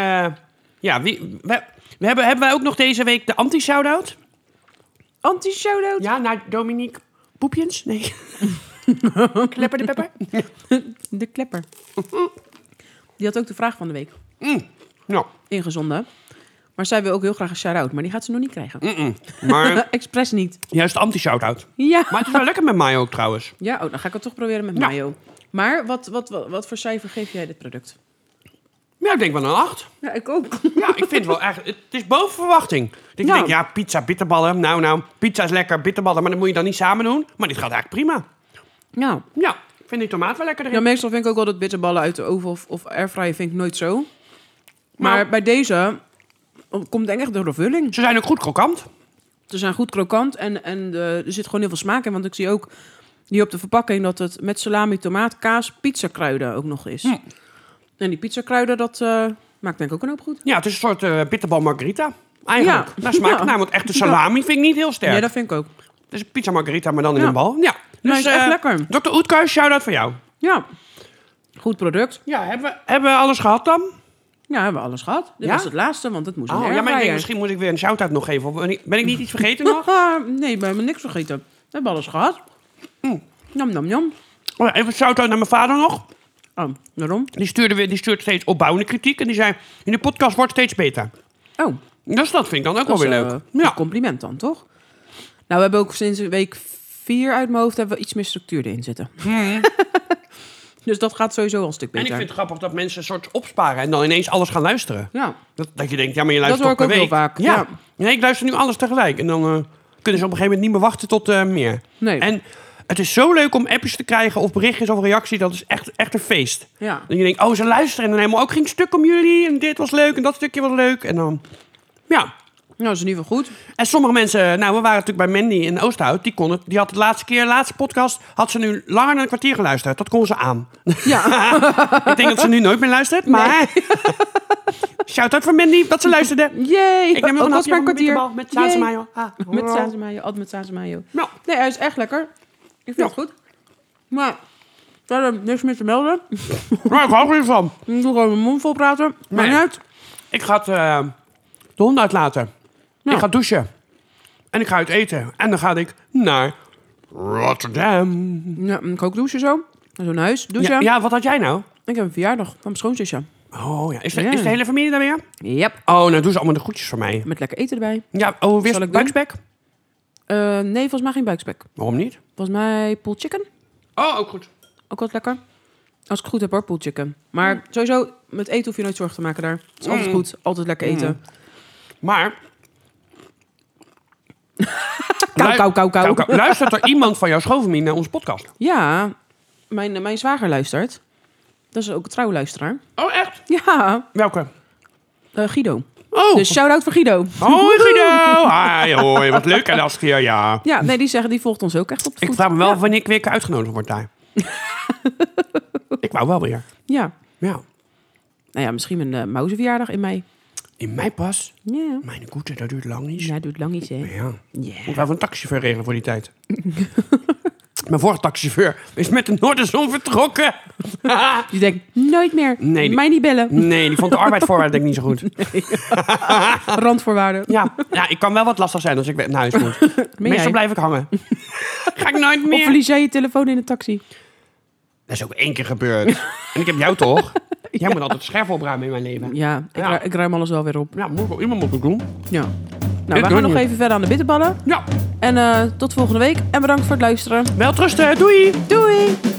hebben wij ook nog deze week de anti-shout-out?
Anti-shout-out?
Ja, naar Dominique Poepjens? Nee. Klepper de pepper?
De klepper. Die had ook de vraag van de week.
Ja.
Ingezonden. Maar zij wil ook heel graag een shout-out. Maar die gaat ze nog niet krijgen.
Maar
expres niet.
Juist anti-shout-out.
Ja.
Maar het is wel lekker met mayo ook trouwens.
Ja, dan ga ik het toch proberen met mayo. Maar wat voor cijfer geef jij dit product?
Ja, ik denk wel een 8.
Ja, ik ook.
Ja, ik vind wel echt... Het is boven verwachting. Ik denk, pizza, bitterballen. Nou, pizza is lekker, bitterballen. Maar dat moet je dan niet samen doen. Maar dit gaat eigenlijk prima.
Ja.
Ja, ik vind die tomaat wel lekker erin.
Ja, meestal vind ik ook wel dat bitterballen uit de oven of airfryer vind ik nooit zo. Maar bij deze komt denk ik echt door de vulling.
Ze zijn ook goed krokant.
Ze zijn goed krokant en er zit gewoon heel veel smaak in. Want ik zie ook hier op de verpakking dat het met salami, tomaat, kaas, pizzakruiden ook nog is. En die pizzakruiden, dat maakt denk ik ook een hoop goed. Ja,
het is een soort bitterbal margarita. Eigenlijk. Daar smaakt het want echte salami vind ik niet heel sterk.
Ja, dat vind ik ook.
Het is een pizza margarita, maar dan in een bal. Ja,
dus, is echt lekker.
Dr. Oetker, shout-out voor jou.
Ja, goed product.
Ja, hebben we alles gehad dan?
Ja, hebben we alles gehad. Dit was het laatste, want het moest een
ja, maar ik denk, misschien moet ik weer een shout-out nog geven. Ben ik niet iets vergeten nog?
Nee, we hebben niks vergeten. We hebben alles gehad. Nam, nam, nam.
Oh, even een shout-out naar mijn vader nog.
Oh, waarom?
Die stuurt steeds opbouwende kritiek. En die zei, in de podcast wordt steeds beter.
Oh.
Dus dat vind ik dan ook wel weer leuk.
Een compliment dan, toch? Nou, we hebben ook sinds week 4 uit mijn hoofd hebben we iets meer structuur erin zitten. Dus dat gaat sowieso al een stuk beter.
En ik vind het grappig dat mensen een soort opsparen en dan ineens alles gaan luisteren.
Ja.
Dat je denkt, ja, maar je luistert
toch per week. Dat hoor ik ook heel vaak.
Ja. Nee, ik luister nu alles tegelijk. En dan kunnen ze op een gegeven moment niet meer wachten tot meer.
Nee.
En het is zo leuk om appjes te krijgen of berichtjes of reacties. Dat is echt een feest.
Ja.
Dan je denkt, ze luisteren. En dan helemaal ook ging stuk om jullie. En dit was leuk en dat stukje was leuk. En dan, ja.
Nou, dat is in ieder geval goed.
En sommige mensen, we waren natuurlijk bij Mandy in Oosterhout. Die had de laatste podcast, had ze nu langer dan een kwartier geluisterd. Dat kon ze aan.
Ja.
Ik denk dat ze nu nooit meer luistert, maar... Nee. Shout-out voor Mandy, dat ze luisterde.
Yay!
Ik neem nog een hapje van bitterbal met saus en mayo.
Met saus en mayo, altijd met saus en mayo.
Nou.
Nee, hij is echt lekker. Ik vind het goed. Maar, verder niks meer te melden.
Maar ik hou er van.
Ik doe gewoon mijn mond vol praten. Maar niet uit.
Ik ga de hond uitlaten. Ja. Ik ga douchen. En ik ga uit eten. En dan ga ik naar Rotterdam.
Ja, ik ga ook douchen zo. Zo naar huis, douchen.
Ja, wat had jij nou?
Ik heb een verjaardag van mijn schoonzusje.
Oh ja. Is de hele familie daar weer?
Yep.
Oh, nou doen ze allemaal de groetjes voor mij.
Met lekker eten erbij.
Ja, weer buikspek?
Nee, volgens mij geen buikspek.
Waarom niet?
Volgens mij pulled chicken.
Oh, ook goed.
Ook wat lekker. Als ik het goed heb hoor, pulled chicken. Maar sowieso, met eten hoef je nooit zorgen te maken daar. Het is altijd goed, altijd lekker eten.
Maar...
Kou.
Luistert er iemand van jouw schoonfamilie naar onze podcast?
Ja, mijn zwager luistert. Dat is ook een trouwluisteraar.
Oh, echt?
Ja.
Welke?
Guido.
Oh.
Dus shout-out voor Guido.
Hoi Guido. Hi, hoi. Wat leuk. En last keer, ja.
Ja, nee, die volgt ons ook echt op de voet.
Ik vraag me wel wanneer ik weer uitgenodigd word daar. Ik wou wel weer.
Ja.
Ja.
Nou ja, misschien een Mauze-verjaardag in mei.
In mei pas?
Ja.
Mijn goede, dat duurt lang niet.
Ja, dat duurt lang niet, hè?
Ja.
Yeah.
Moet wel een taxichauffeur regelen voor die tijd. Mijn vorige taxichauffeur is met de Noorderzon vertrokken.
Die denkt, nooit meer.
Nee,
mij niet bellen.
Nee, die vond de arbeidsvoorwaarden denk ik niet zo goed.
Nee. Randvoorwaarden.
Ja, ik kan wel wat lastig zijn als ik naar huis moet. Meestal blijf ik hangen. Ga ik nooit meer.
Of verlies jij je telefoon in de taxi?
Dat is ook 1 keer gebeurd. En ik heb jou toch? Jij moet altijd scherp opruimen in mijn leven.
Ja, ik ruim alles wel weer op.
Ja, iemand moet het doen.
Ja. Nou, we gaan nog even verder aan de bitterballen.
Ja.
En tot volgende week. En bedankt voor het luisteren.
Welterusten, doei!
Doei!